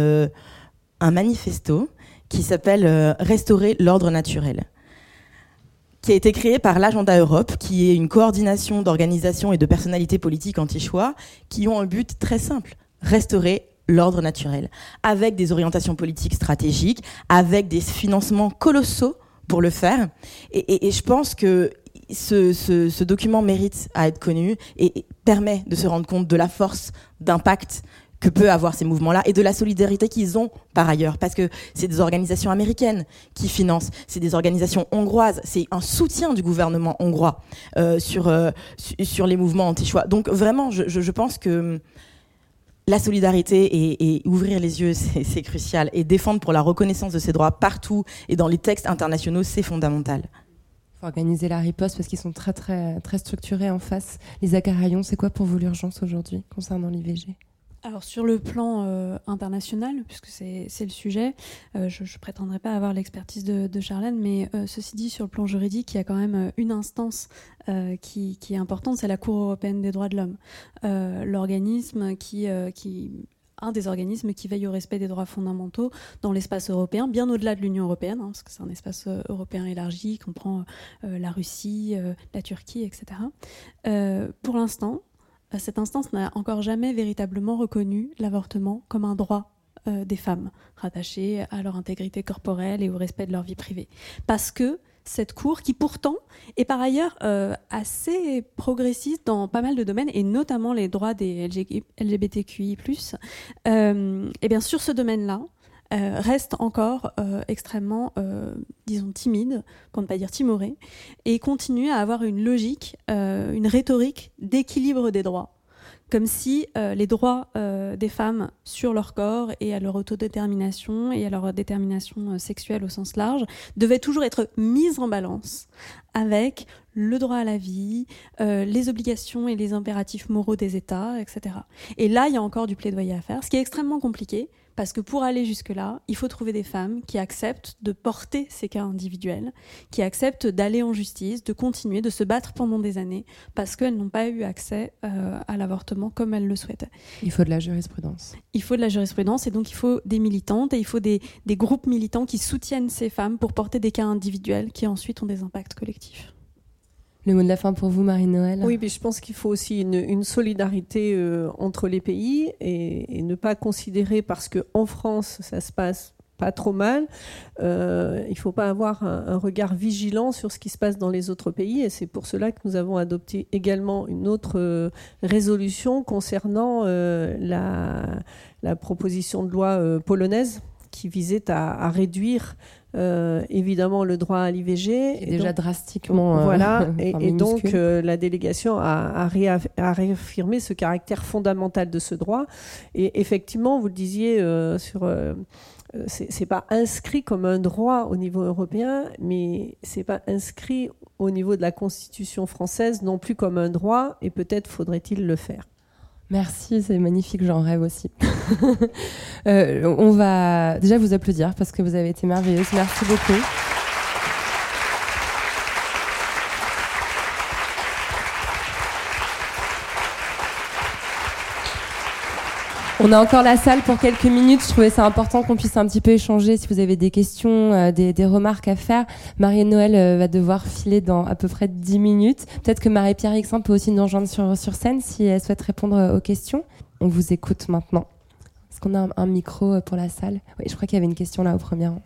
un manifesto qui s'appelle « Restaurer l'ordre naturel », qui a été créé par l'Agenda Europe, qui est une coordination d'organisations et de personnalités politiques anti-choix qui ont un but très simple, restaurer l'ordre naturel, avec des orientations politiques stratégiques, avec des financements colossaux pour le faire. Et je pense que ce document mérite à être connu et permet de se rendre compte de la force d'impact que peut avoir ces mouvements-là et de la solidarité qu'ils ont par ailleurs, parce que c'est des organisations américaines qui financent, c'est des organisations hongroises, c'est un soutien du gouvernement hongrois sur les mouvements anti-choix. Donc vraiment, je pense que la solidarité et ouvrir les yeux, c'est crucial, et défendre pour la reconnaissance de ces droits partout et dans les textes internationaux, c'est fondamental. Il faut organiser la riposte parce qu'ils sont très, très, très structurés en face. Lisa Carayon, c'est quoi pour vous l'urgence aujourd'hui concernant l'IVG ? Alors sur le plan international, puisque c'est le sujet, je ne prétendrai pas avoir l'expertise de Charlène, mais ceci dit, sur le plan juridique, il y a quand même une instance qui est importante, c'est la Cour européenne des droits de l'homme. L'organisme un des organismes qui veille au respect des droits fondamentaux dans l'espace européen, bien au-delà de l'Union européenne, parce que c'est un espace européen élargi, qui comprend la Russie, la Turquie, etc. Pour l'instant, cette instance n'a encore jamais véritablement reconnu l'avortement comme un droit des femmes, rattaché à leur intégrité corporelle et au respect de leur vie privée. Parce que cette cour, qui pourtant est par ailleurs assez progressiste dans pas mal de domaines, et notamment les droits des LGBTQI+, et bien sur ce domaine-là, reste encore extrêmement, disons, timide, pour ne pas dire timoré, et continue à avoir une logique, une rhétorique d'équilibre des droits. Comme si les droits des femmes sur leur corps et à leur autodétermination et à leur détermination sexuelle au sens large devaient toujours être mis en balance avec le droit à la vie, les obligations et les impératifs moraux des États, etc. Et là, il y a encore du plaidoyer à faire, ce qui est extrêmement compliqué, parce que pour aller jusque-là, il faut trouver des femmes qui acceptent de porter ces cas individuels, qui acceptent d'aller en justice, de continuer, de se battre pendant des années, parce qu'elles n'ont pas eu accès à l'avortement comme elles le souhaitaient. Il faut de la jurisprudence. Il faut de la jurisprudence, et donc il faut des militantes, et il faut des groupes militants qui soutiennent ces femmes pour porter des cas individuels qui ensuite ont des impacts collectifs. Le mot de la fin pour vous, Marie-Noëlle ? Oui, mais je pense qu'il faut aussi une solidarité entre les pays et ne pas considérer, parce qu'en France, ça se passe pas trop mal, il ne faut pas avoir un regard vigilant sur ce qui se passe dans les autres pays, et c'est pour cela que nous avons adopté également une autre résolution concernant la proposition de loi polonaise qui visait à réduire évidemment le droit à l'IVG. C'est déjà donc, drastiquement voilà, et donc la délégation a réaffirmé ce caractère fondamental de ce droit. Et effectivement, vous le disiez, c'est pas inscrit comme un droit au niveau européen, mais c'est pas inscrit au niveau de la Constitution française non plus comme un droit, et peut-être faudrait-il le faire. Merci, c'est magnifique, j'en rêve aussi. On va déjà vous applaudir parce que vous avez été merveilleuse. Merci beaucoup. On a encore la salle pour quelques minutes. Je trouvais ça important qu'on puisse un petit peu échanger. Si vous avez des questions, des remarques à faire, Marie-Noëlle va devoir filer dans à peu près 10 minutes. Peut-être que Marie-Pierre Rixin peut aussi nous rejoindre sur scène si elle souhaite répondre aux questions. On vous écoute maintenant. Est-ce qu'on a un micro pour la salle ? Oui, je crois qu'il y avait une question là au premier rang.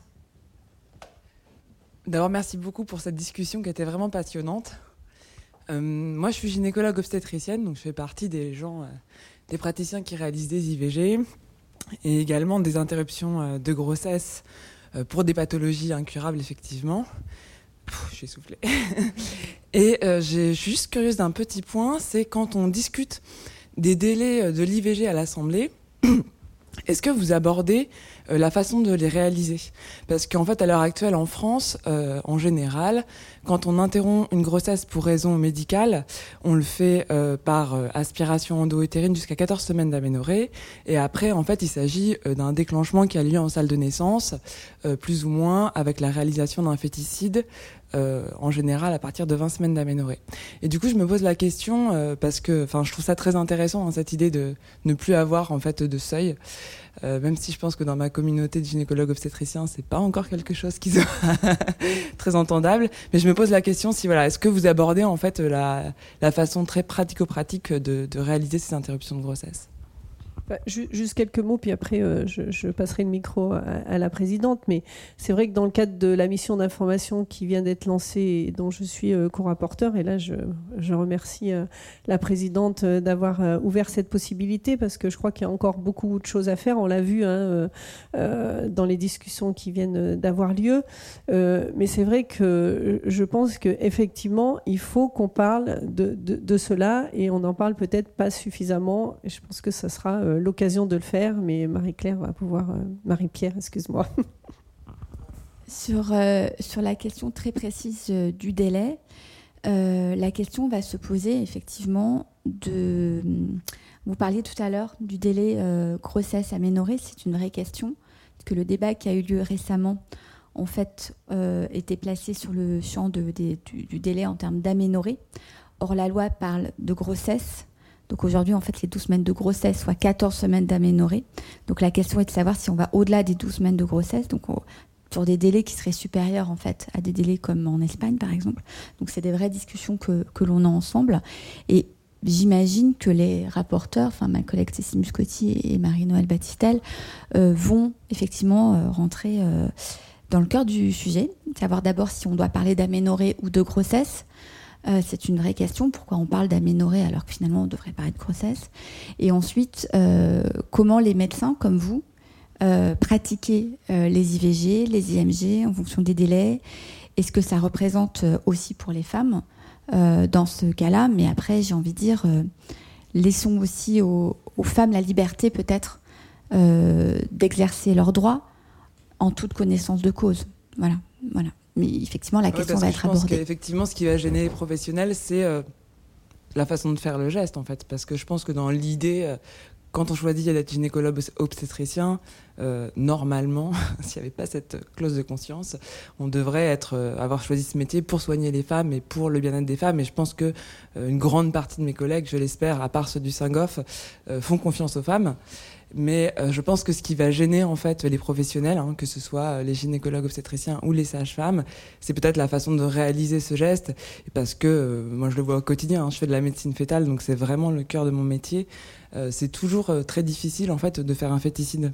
D'abord, merci beaucoup pour cette discussion qui était vraiment passionnante. Moi, je suis gynécologue obstétricienne, donc je fais partie des praticiens qui réalisent des IVG et également des interruptions de grossesse pour des pathologies incurables, effectivement. Je suis essoufflée. Et je suis juste curieuse d'un petit point, c'est quand on discute des délais de l'IVG à l'Assemblée, est-ce que vous abordez la façon de les réaliser ? Parce qu'en fait, à l'heure actuelle, en France, en général, quand on interrompt une grossesse pour raison médicale, on le fait par aspiration endo-utérine jusqu'à 14 semaines d'aménorrhée. Et après, en fait, il s'agit d'un déclenchement qui a lieu en salle de naissance, plus ou moins avec la réalisation d'un féticide, en général à partir de 20 semaines d'aménorrhée. Et du coup, je me pose la question, parce que je trouve ça très intéressant, hein, cette idée de ne plus avoir en fait de seuil. Même si je pense que dans ma communauté de gynécologues obstétriciens, c'est pas encore quelque chose qui soit très entendable. Mais je me pose la question si est-ce que vous abordez en fait la façon très pratico-pratique de réaliser ces interruptions de grossesse ? Juste quelques mots, puis après je passerai le micro à la présidente. Mais c'est vrai que dans le cadre de la mission d'information qui vient d'être lancée et dont je suis co-rapporteur, et là je remercie la présidente d'avoir ouvert cette possibilité, parce que je crois qu'il y a encore beaucoup de choses à faire. On l'a vu dans les discussions qui viennent d'avoir lieu. Mais c'est vrai que je pense qu'effectivement, il faut qu'on parle de cela, et on n'en parle peut-être pas suffisamment. Et je pense que ça sera l'occasion de le faire, mais Marie-Claire va pouvoir... Marie-Pierre, excuse-moi. Sur la question très précise du délai, la question va se poser effectivement Vous parliez tout à l'heure du délai grossesse aménorrhée, c'est une vraie question, parce que le débat qui a eu lieu récemment, en fait, était placé sur le champ du délai en termes d'aménorrhée. Or, la loi parle de grossesse. Donc aujourd'hui, en fait, les 12 semaines de grossesse, soit 14 semaines d'aménorrhée. Donc la question est de savoir si on va au-delà des 12 semaines de grossesse, donc sur des délais qui seraient supérieurs en fait à des délais comme en Espagne, par exemple. Donc c'est des vraies discussions que l'on a ensemble. Et j'imagine que les rapporteurs, ma collègue Cécile Muscotti et Marie-Noëlle Battistel, vont effectivement rentrer dans le cœur du sujet, savoir d'abord si on doit parler d'aménorrhée ou de grossesse. C'est une vraie question. Pourquoi on parle d'aménorrhée alors que finalement on devrait parler de grossesse ? Et ensuite, comment les médecins comme vous pratiquez les IVG, les IMG en fonction des délais ? Est-ce que ça représente aussi pour les femmes dans ce cas-là ? Mais après, j'ai envie de dire, laissons aussi aux femmes la liberté peut-être d'exercer leurs droits en toute connaissance de cause. Voilà. Mais effectivement, la question va être abordée. Je pense qu'effectivement, ce qui va gêner les professionnels, c'est la façon de faire le geste, en fait. Parce que je pense que dans l'idée, quand on choisit d'être gynécologue obstétricien, normalement, s'il n'y avait pas cette clause de conscience, on devrait avoir choisi ce métier pour soigner les femmes et pour le bien-être des femmes. Et je pense que une grande partie de mes collègues, je l'espère, à part ceux du Saint-Goff, font confiance aux femmes. Mais je pense que ce qui va gêner en fait les professionnels, que ce soit les gynécologues obstétriciens ou les sages-femmes, c'est peut-être la façon de réaliser ce geste. Parce que moi je le vois au quotidien, je fais de la médecine fétale, donc c'est vraiment le cœur de mon métier. C'est toujours très difficile en fait de faire un féticide.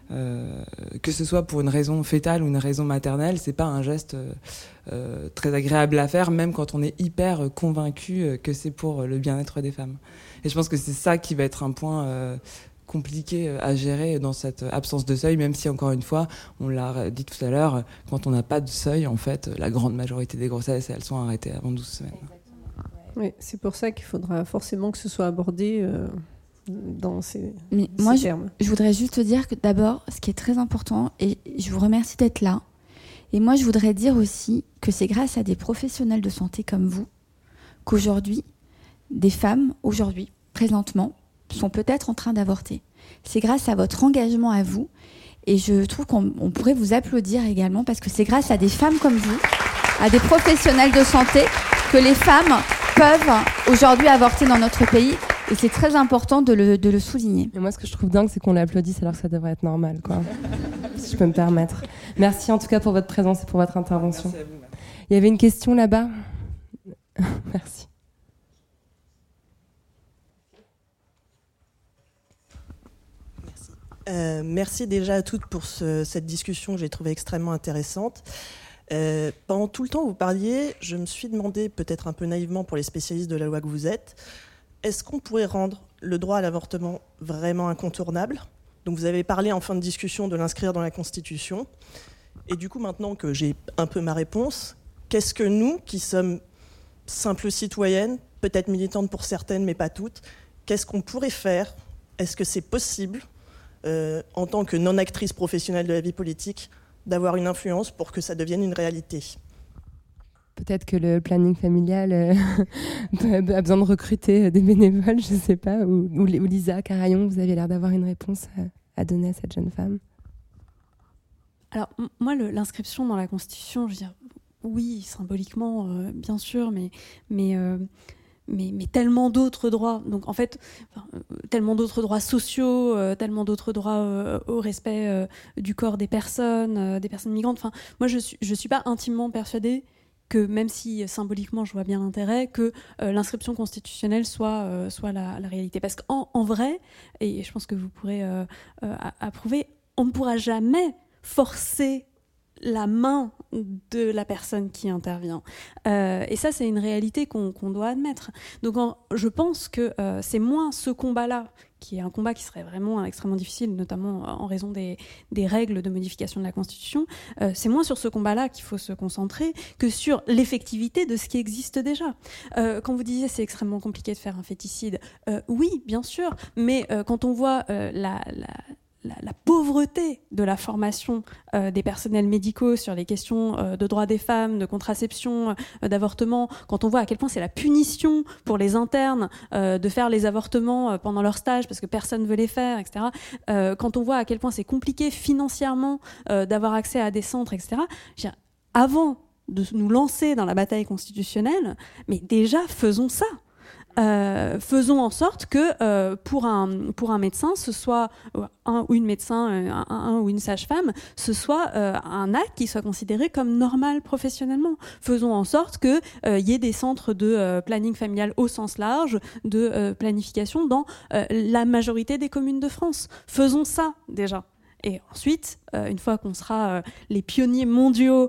Que ce soit pour une raison fétale ou une raison maternelle, c'est pas un geste très agréable à faire, même quand on est hyper convaincu que c'est pour le bien-être des femmes. Et je pense que c'est ça qui va être un point compliqué à gérer dans cette absence de seuil, même si, encore une fois, on l'a dit tout à l'heure, quand on n'a pas de seuil, en fait, la grande majorité des grossesses, elles sont arrêtées avant 12 semaines. Oui, c'est pour ça qu'il faudra forcément que ce soit abordé dans ces termes. Je voudrais juste dire que d'abord, ce qui est très important, et je vous remercie d'être là, et moi je voudrais dire aussi que c'est grâce à des professionnels de santé comme vous qu'aujourd'hui, des femmes, présentement, sont peut-être en train d'avorter. C'est grâce à votre engagement à vous, et je trouve qu'on pourrait vous applaudir également, parce que c'est grâce à des femmes comme vous, à des professionnels de santé, que les femmes peuvent aujourd'hui avorter dans notre pays, et c'est très important de le souligner. Et moi, ce que je trouve dingue, c'est qu'on l'applaudisse alors que ça devrait être normal, quoi. Si je peux me permettre. Merci en tout cas pour votre présence et pour votre intervention. Merci à vous. Il y avait une question là-bas. Merci. Merci déjà à toutes pour cette discussion que j'ai trouvée extrêmement intéressante. Pendant tout le temps où vous parliez, je me suis demandé, peut-être un peu naïvement pour les spécialistes de la loi que vous êtes, est-ce qu'on pourrait rendre le droit à l'avortement vraiment incontournable ? Donc vous avez parlé en fin de discussion de l'inscrire dans la Constitution. Et du coup, maintenant que j'ai un peu ma réponse, qu'est-ce que nous, qui sommes simples citoyennes, peut-être militantes pour certaines, mais pas toutes, qu'est-ce qu'on pourrait faire ? Est-ce que c'est possible, en tant que non-actrice professionnelle de la vie politique, d'avoir une influence pour que ça devienne une réalité ? Peut-être que le planning familial a besoin de recruter des bénévoles, je ne sais pas. Ou Lisa Carayon, vous avez l'air d'avoir une réponse à donner à cette jeune femme. Alors, moi, l'inscription dans la Constitution, je veux dire, oui, symboliquement, bien sûr, mais tellement d'autres droits. Donc, en fait, tellement d'autres droits sociaux, tellement d'autres droits au respect du corps des personnes migrantes. Enfin, moi, je suis pas intimement persuadée que, même si symboliquement je vois bien l'intérêt, que l'inscription constitutionnelle soit la réalité. Parce qu'en vrai, et je pense que vous pourrez approuver, on ne pourra jamais forcer la main de la personne qui intervient. Et ça, c'est une réalité qu'on doit admettre. Donc, je pense que c'est moins ce combat-là, qui est un combat qui serait vraiment extrêmement difficile, notamment en raison des règles de modification de la Constitution. C'est moins sur ce combat-là qu'il faut se concentrer que sur l'effectivité de ce qui existe déjà. Quand vous disiez c'est extrêmement compliqué de faire un féticide, oui, bien sûr, mais quand on voit la pauvreté de la formation des personnels médicaux sur les questions de droits des femmes, de contraception, d'avortement, quand on voit à quel point c'est la punition pour les internes de faire les avortements pendant leur stage parce que personne ne veut les faire, etc. Quand on voit à quel point c'est compliqué financièrement d'avoir accès à des centres, etc. Avant de nous lancer dans la bataille constitutionnelle, mais déjà faisons ça. Faisons en sorte que pour un médecin, ce soit un ou une médecin, un ou une sage-femme, ce soit un acte qui soit considéré comme normal professionnellement. Faisons en sorte qu'il y ait des centres de planning familial au sens large, de planification dans la majorité des communes de France. Faisons ça déjà. Et ensuite, une fois qu'on sera les pionniers mondiaux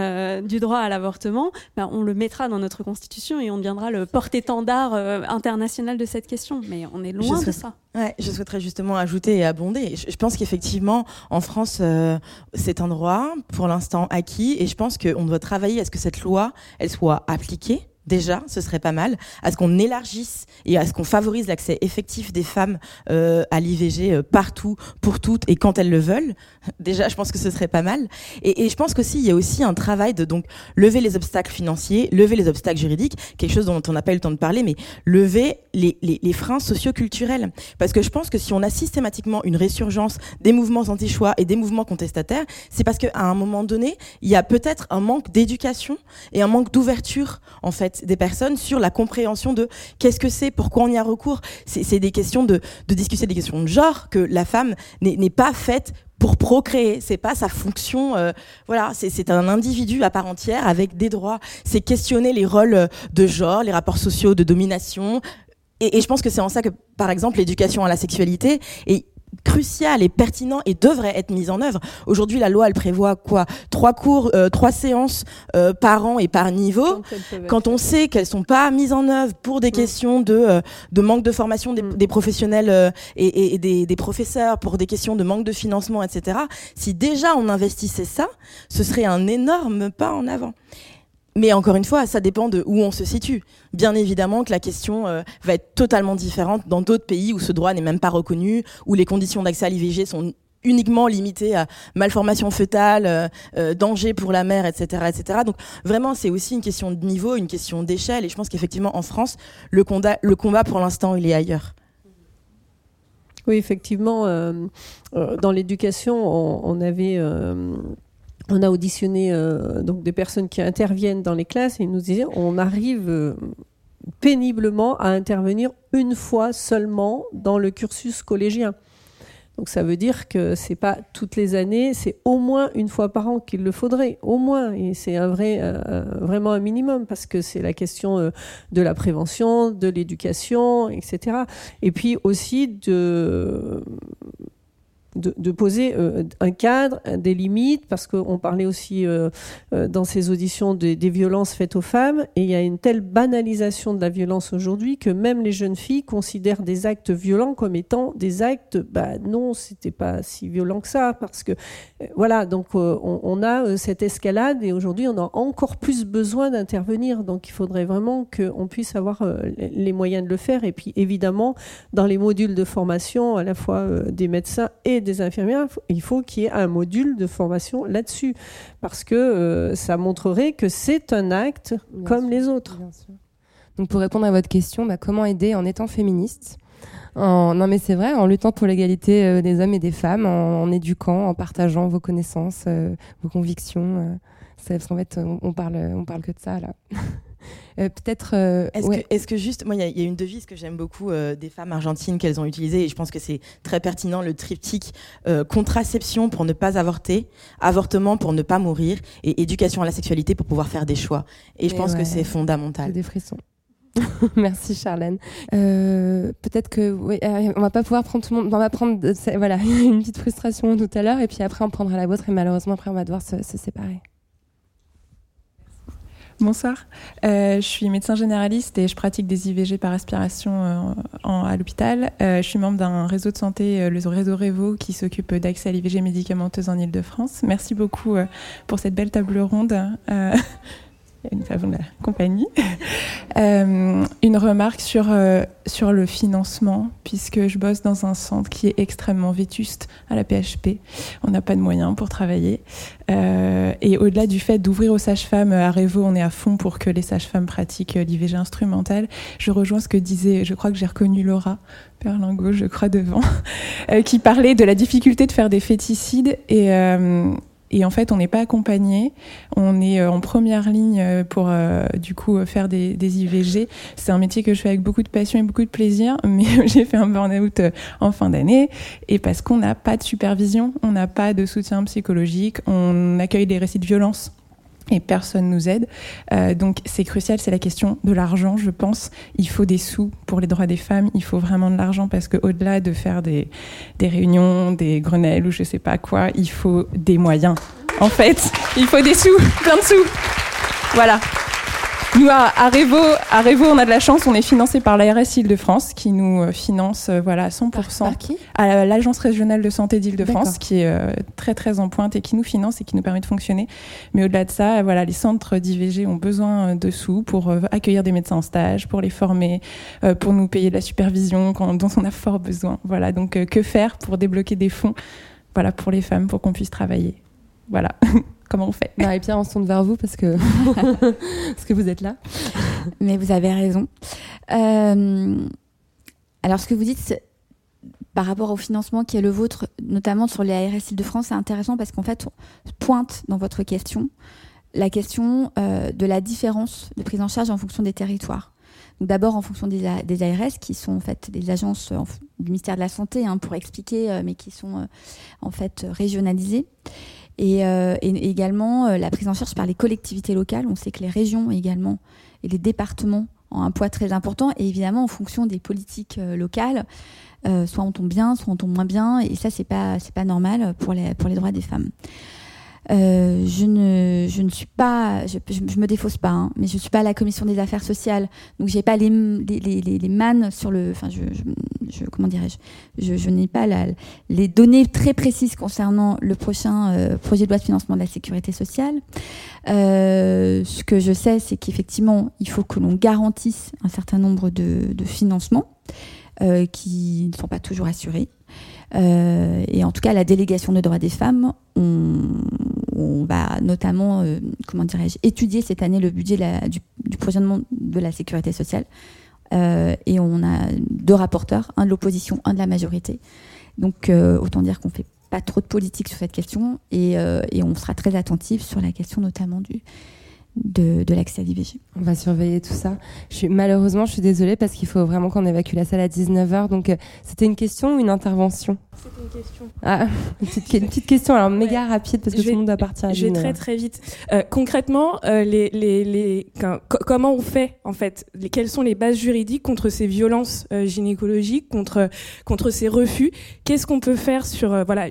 du droit à l'avortement, on le mettra dans notre Constitution et on deviendra le porte-étendard international de cette question. Mais on est loin de ça. Ouais, je souhaiterais justement ajouter et abonder. Je pense qu'effectivement, en France, c'est un droit pour l'instant acquis et je pense qu'on doit travailler à ce que cette loi, elle soit appliquée. Déjà, ce serait pas mal, à ce qu'on élargisse et à ce qu'on favorise l'accès effectif des femmes à l'IVG partout, pour toutes et quand elles le veulent. Déjà, je pense que ce serait pas mal. Et je pense qu'aussi, il y a aussi un travail de donc lever les obstacles financiers, lever les obstacles juridiques, quelque chose dont on n'a pas eu le temps de parler, mais lever les freins socio-culturels. Parce que je pense que si on a systématiquement une résurgence des mouvements anti-choix et des mouvements contestataires, c'est parce qu'à un moment donné, il y a peut-être un manque d'éducation et un manque d'ouverture, en fait, des personnes sur la compréhension de qu'est-ce que c'est, pourquoi on y a recours. C'est des questions de discussion, des questions de genre, que la femme n'est pas faite pour procréer, c'est pas sa fonction, voilà, c'est un individu à part entière avec des droits. C'est questionner les rôles de genre, les rapports sociaux de domination. Et je pense que c'est en ça que, par exemple, l'éducation à la sexualité est crucial et pertinent et devrait être mise en œuvre. Aujourd'hui, la loi, elle prévoit quoi ? 3 cours, 3 séances par an et par niveau. Quand on sait qu'elles sont pas mises en œuvre pour des questions de manque de formation des professionnels et des professeurs, pour des questions de manque de financement, etc. Si déjà on investissait ça, ce serait un énorme pas en avant. Mais encore une fois, ça dépend de où on se situe. Bien évidemment que la question va être totalement différente dans d'autres pays où ce droit n'est même pas reconnu, où les conditions d'accès à l'IVG sont uniquement limitées à malformation fœtale, danger pour la mère, etc., etc. Donc vraiment, c'est aussi une question de niveau, une question d'échelle. Et je pense qu'effectivement, en France, le combat pour l'instant, il est ailleurs. Oui, effectivement, dans l'éducation, on a auditionné donc des personnes qui interviennent dans les classes et ils nous disaient on arrive péniblement à intervenir une fois seulement dans le cursus collégien. Donc ça veut dire que c'est pas toutes les années, c'est au moins une fois par an qu'il le faudrait, au moins. Et c'est vraiment un minimum parce que c'est la question de la prévention, de l'éducation, etc. Et puis aussi de de poser un cadre, des limites, parce qu'on parlait aussi dans ces auditions des violences faites aux femmes, et il y a une telle banalisation de la violence aujourd'hui que même les jeunes filles considèrent des actes violents comme étant des actes, non, c'était pas si violent que ça, parce que voilà, donc on a cette escalade, et aujourd'hui on a encore plus besoin d'intervenir, donc il faudrait vraiment qu'on puisse avoir les moyens de le faire. Et puis évidemment, dans les modules de formation, à la fois des médecins et des infirmières, il faut qu'il y ait un module de formation là-dessus, parce que ça montrerait que c'est un acte comme les autres. Donc pour répondre à votre question, comment aider en étant féministe ? Non mais c'est vrai, en luttant pour l'égalité des hommes et des femmes, en éduquant, en partageant vos connaissances, vos convictions. Parce qu'en fait, on parle que de ça là. Peut-être. Est-ce que juste, moi, il y a une devise que j'aime beaucoup des femmes argentines qu'elles ont utilisée, et je pense que c'est très pertinent, le triptyque contraception pour ne pas avorter, avortement pour ne pas mourir, et éducation à la sexualité pour pouvoir faire des choix. Et je pense que c'est fondamental. J'ai des frissons. Merci Charlène. Peut-être que on va pas pouvoir prendre tout le monde. On va prendre une petite frustration tout à l'heure, et puis après on prendra la vôtre, et malheureusement après on va devoir se séparer. Bonsoir, je suis médecin généraliste et je pratique des IVG par aspiration à l'hôpital. Je suis membre d'un réseau de santé, le réseau Révo, qui s'occupe d'accès à l'IVG médicamenteuse en Ile-de-France. Merci beaucoup pour cette belle table ronde. Nous avons la compagnie. Une remarque sur le financement, puisque je bosse dans un centre qui est extrêmement vétuste à la PHP. On n'a pas de moyens pour travailler. Et au-delà du fait d'ouvrir aux sages-femmes, à Révo, on est à fond pour que les sages-femmes pratiquent l'IVG instrumentale. Je rejoins ce que disait, je crois que j'ai reconnu Laura Perlingo, je crois, devant, qui parlait de la difficulté de faire des féticides. Et en fait, on n'est pas accompagné. On est en première ligne pour du coup faire des IVG. C'est un métier que je fais avec beaucoup de passion et beaucoup de plaisir, mais j'ai fait un burn-out en fin d'année, et parce qu'on n'a pas de supervision, on n'a pas de soutien psychologique, on accueille des récits de violence et personne nous aide. Donc c'est crucial, c'est la question de l'argent, je pense. Il faut des sous pour les droits des femmes, il faut vraiment de l'argent, parce qu'au-delà de faire des réunions, des Grenelles ou je sais pas quoi, il faut des moyens. En fait, il faut des sous, plein de sous. Voilà. Nous, à Révo, on a de la chance, on est financé par l'ARS Île-de-France, qui nous finance 100%. Par qui ? À l'Agence régionale de santé d'Île-de-France, qui est très très en pointe et qui nous finance et qui nous permet de fonctionner. Mais au-delà de ça, les centres d'IVG ont besoin de sous pour accueillir des médecins en stage, pour les former, pour nous payer de la supervision dont on a fort besoin. Voilà, donc que faire pour débloquer des fonds pour les femmes, pour qu'on puisse travailler. Voilà. Comment on fait ? Marie-Pierre, on se tourne vers vous parce que vous êtes là. Mais vous avez raison. Alors, ce que vous dites par rapport au financement qui est le vôtre, notamment sur les ARS Île-de-France, c'est intéressant parce qu'en fait, on pointe dans votre question la question de la différence de prise en charge en fonction des territoires. Donc, d'abord, en fonction des ARS, qui sont en fait des agences du ministère de la Santé, pour expliquer, mais qui sont en fait régionalisées. Et également la prise en charge par les collectivités locales. On sait que les régions également et les départements ont un poids très important, et évidemment en fonction des politiques locales, soit on tombe bien, soit on tombe moins bien, et ça c'est pas normal pour les droits des femmes. Je ne suis pas, je me défausse pas, mais je suis pas à la commission des affaires sociales, donc j'ai pas les mannes sur le, comment dirais-je, je n'ai pas les données très précises concernant le prochain projet de loi de financement de la sécurité sociale. Ce que je sais, c'est qu'effectivement, il faut que l'on garantisse un certain nombre de financements qui ne sont pas toujours assurés. Et en tout cas, la délégation des droits des femmes, on va notamment, étudier cette année le budget du projet de la sécurité sociale. Et on a 2 rapporteurs, un de l'opposition, un de la majorité. Donc, autant dire qu'on ne fait pas trop de politique sur cette question, et on sera très attentif sur la question notamment de l'accès à l'IVG. On va surveiller tout ça. Malheureusement, je suis désolée parce qu'il faut vraiment qu'on évacue la salle à 19h. Donc, c'était une question ou une intervention ? C'était une question. Ah, une petite question, alors méga rapide parce que tout le monde doit partir à 19h. Je vais très très vite. Concrètement, comment on fait en fait ? Quelles sont les bases juridiques contre ces violences gynécologiques, contre ces refus ? Qu'est-ce qu'on peut faire juridiquement ?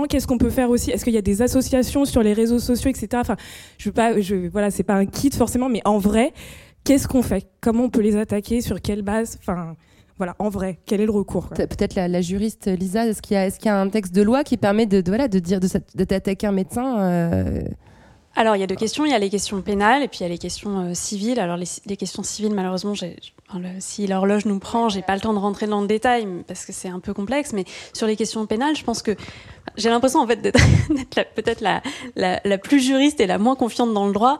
Qu'est-ce qu'on peut faire aussi ? Est-ce qu'il y a des associations sur les réseaux sociaux, etc. Enfin, c'est pas un kit forcément, mais en vrai, qu'est-ce qu'on fait ? Comment on peut les attaquer ? Sur quelle base ? Enfin, voilà, en vrai, quel est le recours ? Peut-être la juriste Lisa, est-ce qu'il y a un texte de loi qui permet de t'attaquer un médecin Alors, il y a deux questions. Il y a les questions pénales et puis il y a les questions civiles. Alors, les questions civiles, malheureusement, si l'horloge nous prend, j'ai pas le temps de rentrer dans le détail parce que c'est un peu complexe. Mais sur les questions pénales, je pense que j'ai l'impression en fait d'être peut-être la plus juriste et la moins confiante dans le droit.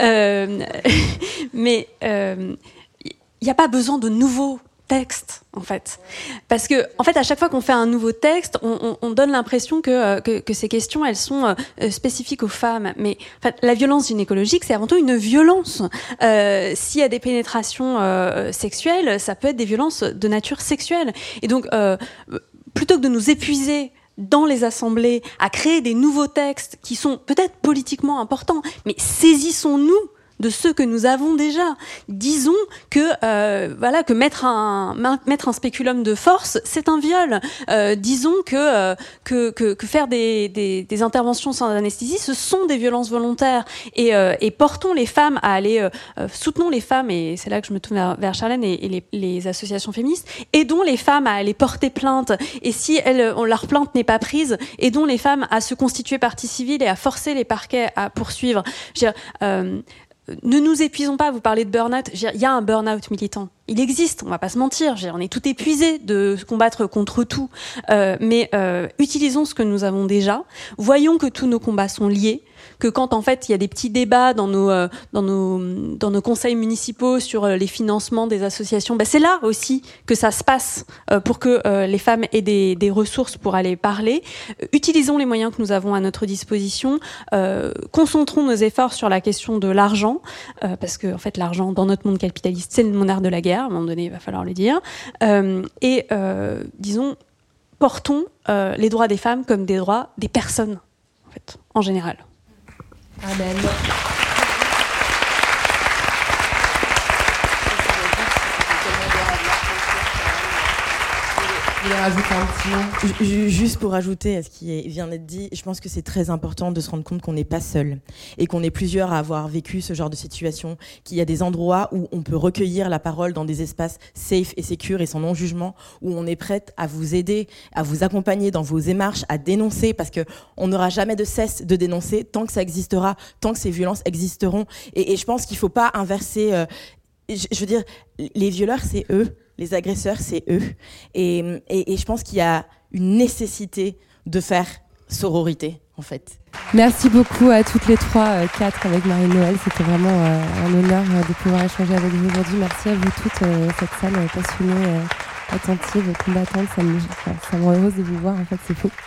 Mais il n'y a pas besoin de nouveaux textes en fait, parce que en fait à chaque fois qu'on fait un nouveau texte, on donne l'impression que ces questions elles sont spécifiques aux femmes, mais en fait la violence gynécologique c'est avant tout une violence. S'il y a des pénétrations sexuelles, ça peut être des violences de nature sexuelle, et donc plutôt que de nous épuiser dans les assemblées à créer des nouveaux textes qui sont peut-être politiquement importants, mais saisissons-nous de ceux que nous avons déjà. Disons que mettre un spéculum de force, c'est un viol. Disons que faire des interventions sans anesthésie, ce sont des violences volontaires. Et portons les femmes à aller, soutenons les femmes, et c'est là que je me tourne vers Charlène et les associations féministes, aidons les femmes à aller porter plainte. Et si leur plainte n'est pas prise, aidons les femmes à se constituer partie civile et à forcer les parquets à poursuivre. Je veux dire, ne nous épuisons pas, vous parlez de burn-out. Il y a un burn-out militant. Il existe, on va pas se mentir. On est tout épuisé de se combattre contre tout. Mais utilisons ce que nous avons déjà. Voyons que tous nos combats sont liés. Que quand en fait il y a des petits débats dans nos conseils municipaux sur les financements des associations, c'est là aussi que ça se passe pour que les femmes aient des ressources pour aller parler. Utilisons les moyens que nous avons à notre disposition. Concentrons nos efforts sur la question de l'argent, parce que en fait l'argent dans notre monde capitaliste c'est le monarque de la guerre. À un moment donné il va falloir le dire. Disons, portons les droits des femmes comme des droits des personnes en fait, en général. Amen. Juste pour ajouter à ce qui vient d'être dit, je pense que c'est très important de se rendre compte qu'on n'est pas seul et qu'on est plusieurs à avoir vécu ce genre de situation, qu'il y a des endroits où on peut recueillir la parole dans des espaces safe et sécures et sans non-jugement, où on est prête à vous aider, à vous accompagner dans vos démarches, à dénoncer, parce qu'on n'aura jamais de cesse de dénoncer tant que ça existera, tant que ces violences existeront. Et je pense qu'il ne faut pas inverser... je veux dire, les violeurs, c'est eux. Les agresseurs, c'est eux. Et je pense qu'il y a une nécessité de faire sororité, en fait. Merci beaucoup à toutes les trois, quatre avec Marie-Noëlle. C'était vraiment un honneur de pouvoir échanger avec vous aujourd'hui. Merci à vous toutes, cette salle passionnée, attentive, combattante. Ça me rend heureuse de vous voir, en fait, c'est fou.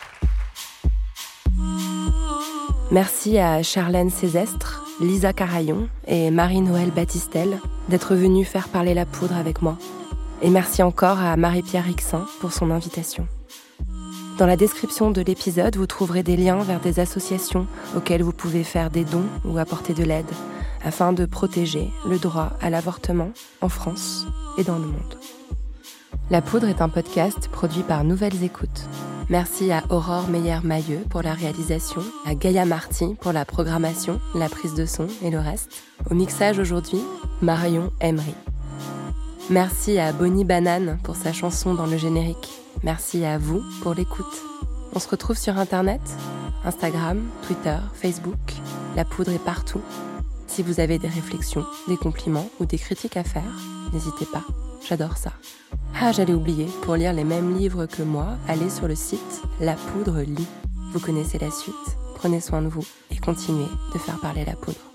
Merci à Charlène Césestre, Lisa Carayon et Marie-Noëlle Battistel d'être venues faire parler la poudre avec moi. Et merci encore à Marie-Pierre Rixin pour son invitation. Dans la description de l'épisode, vous trouverez des liens vers des associations auxquelles vous pouvez faire des dons ou apporter de l'aide afin de protéger le droit à l'avortement en France et dans le monde. La Poudre est un podcast produit par Nouvelles Écoutes. Merci à Aurore Meyer-Mailleux pour la réalisation, à Gaïa Marty pour la programmation, la prise de son et le reste. Au mixage aujourd'hui, Marion Emery. Merci à Bonnie Banane pour sa chanson dans le générique. Merci à vous pour l'écoute. On se retrouve sur Internet, Instagram, Twitter, Facebook. La Poudre est partout. Si vous avez des réflexions, des compliments ou des critiques à faire, n'hésitez pas. J'adore ça. Ah, j'allais oublier, pour lire les mêmes livres que moi, allez sur le site La Poudre lit. Vous connaissez la suite. Prenez soin de vous et continuez de faire parler la poudre.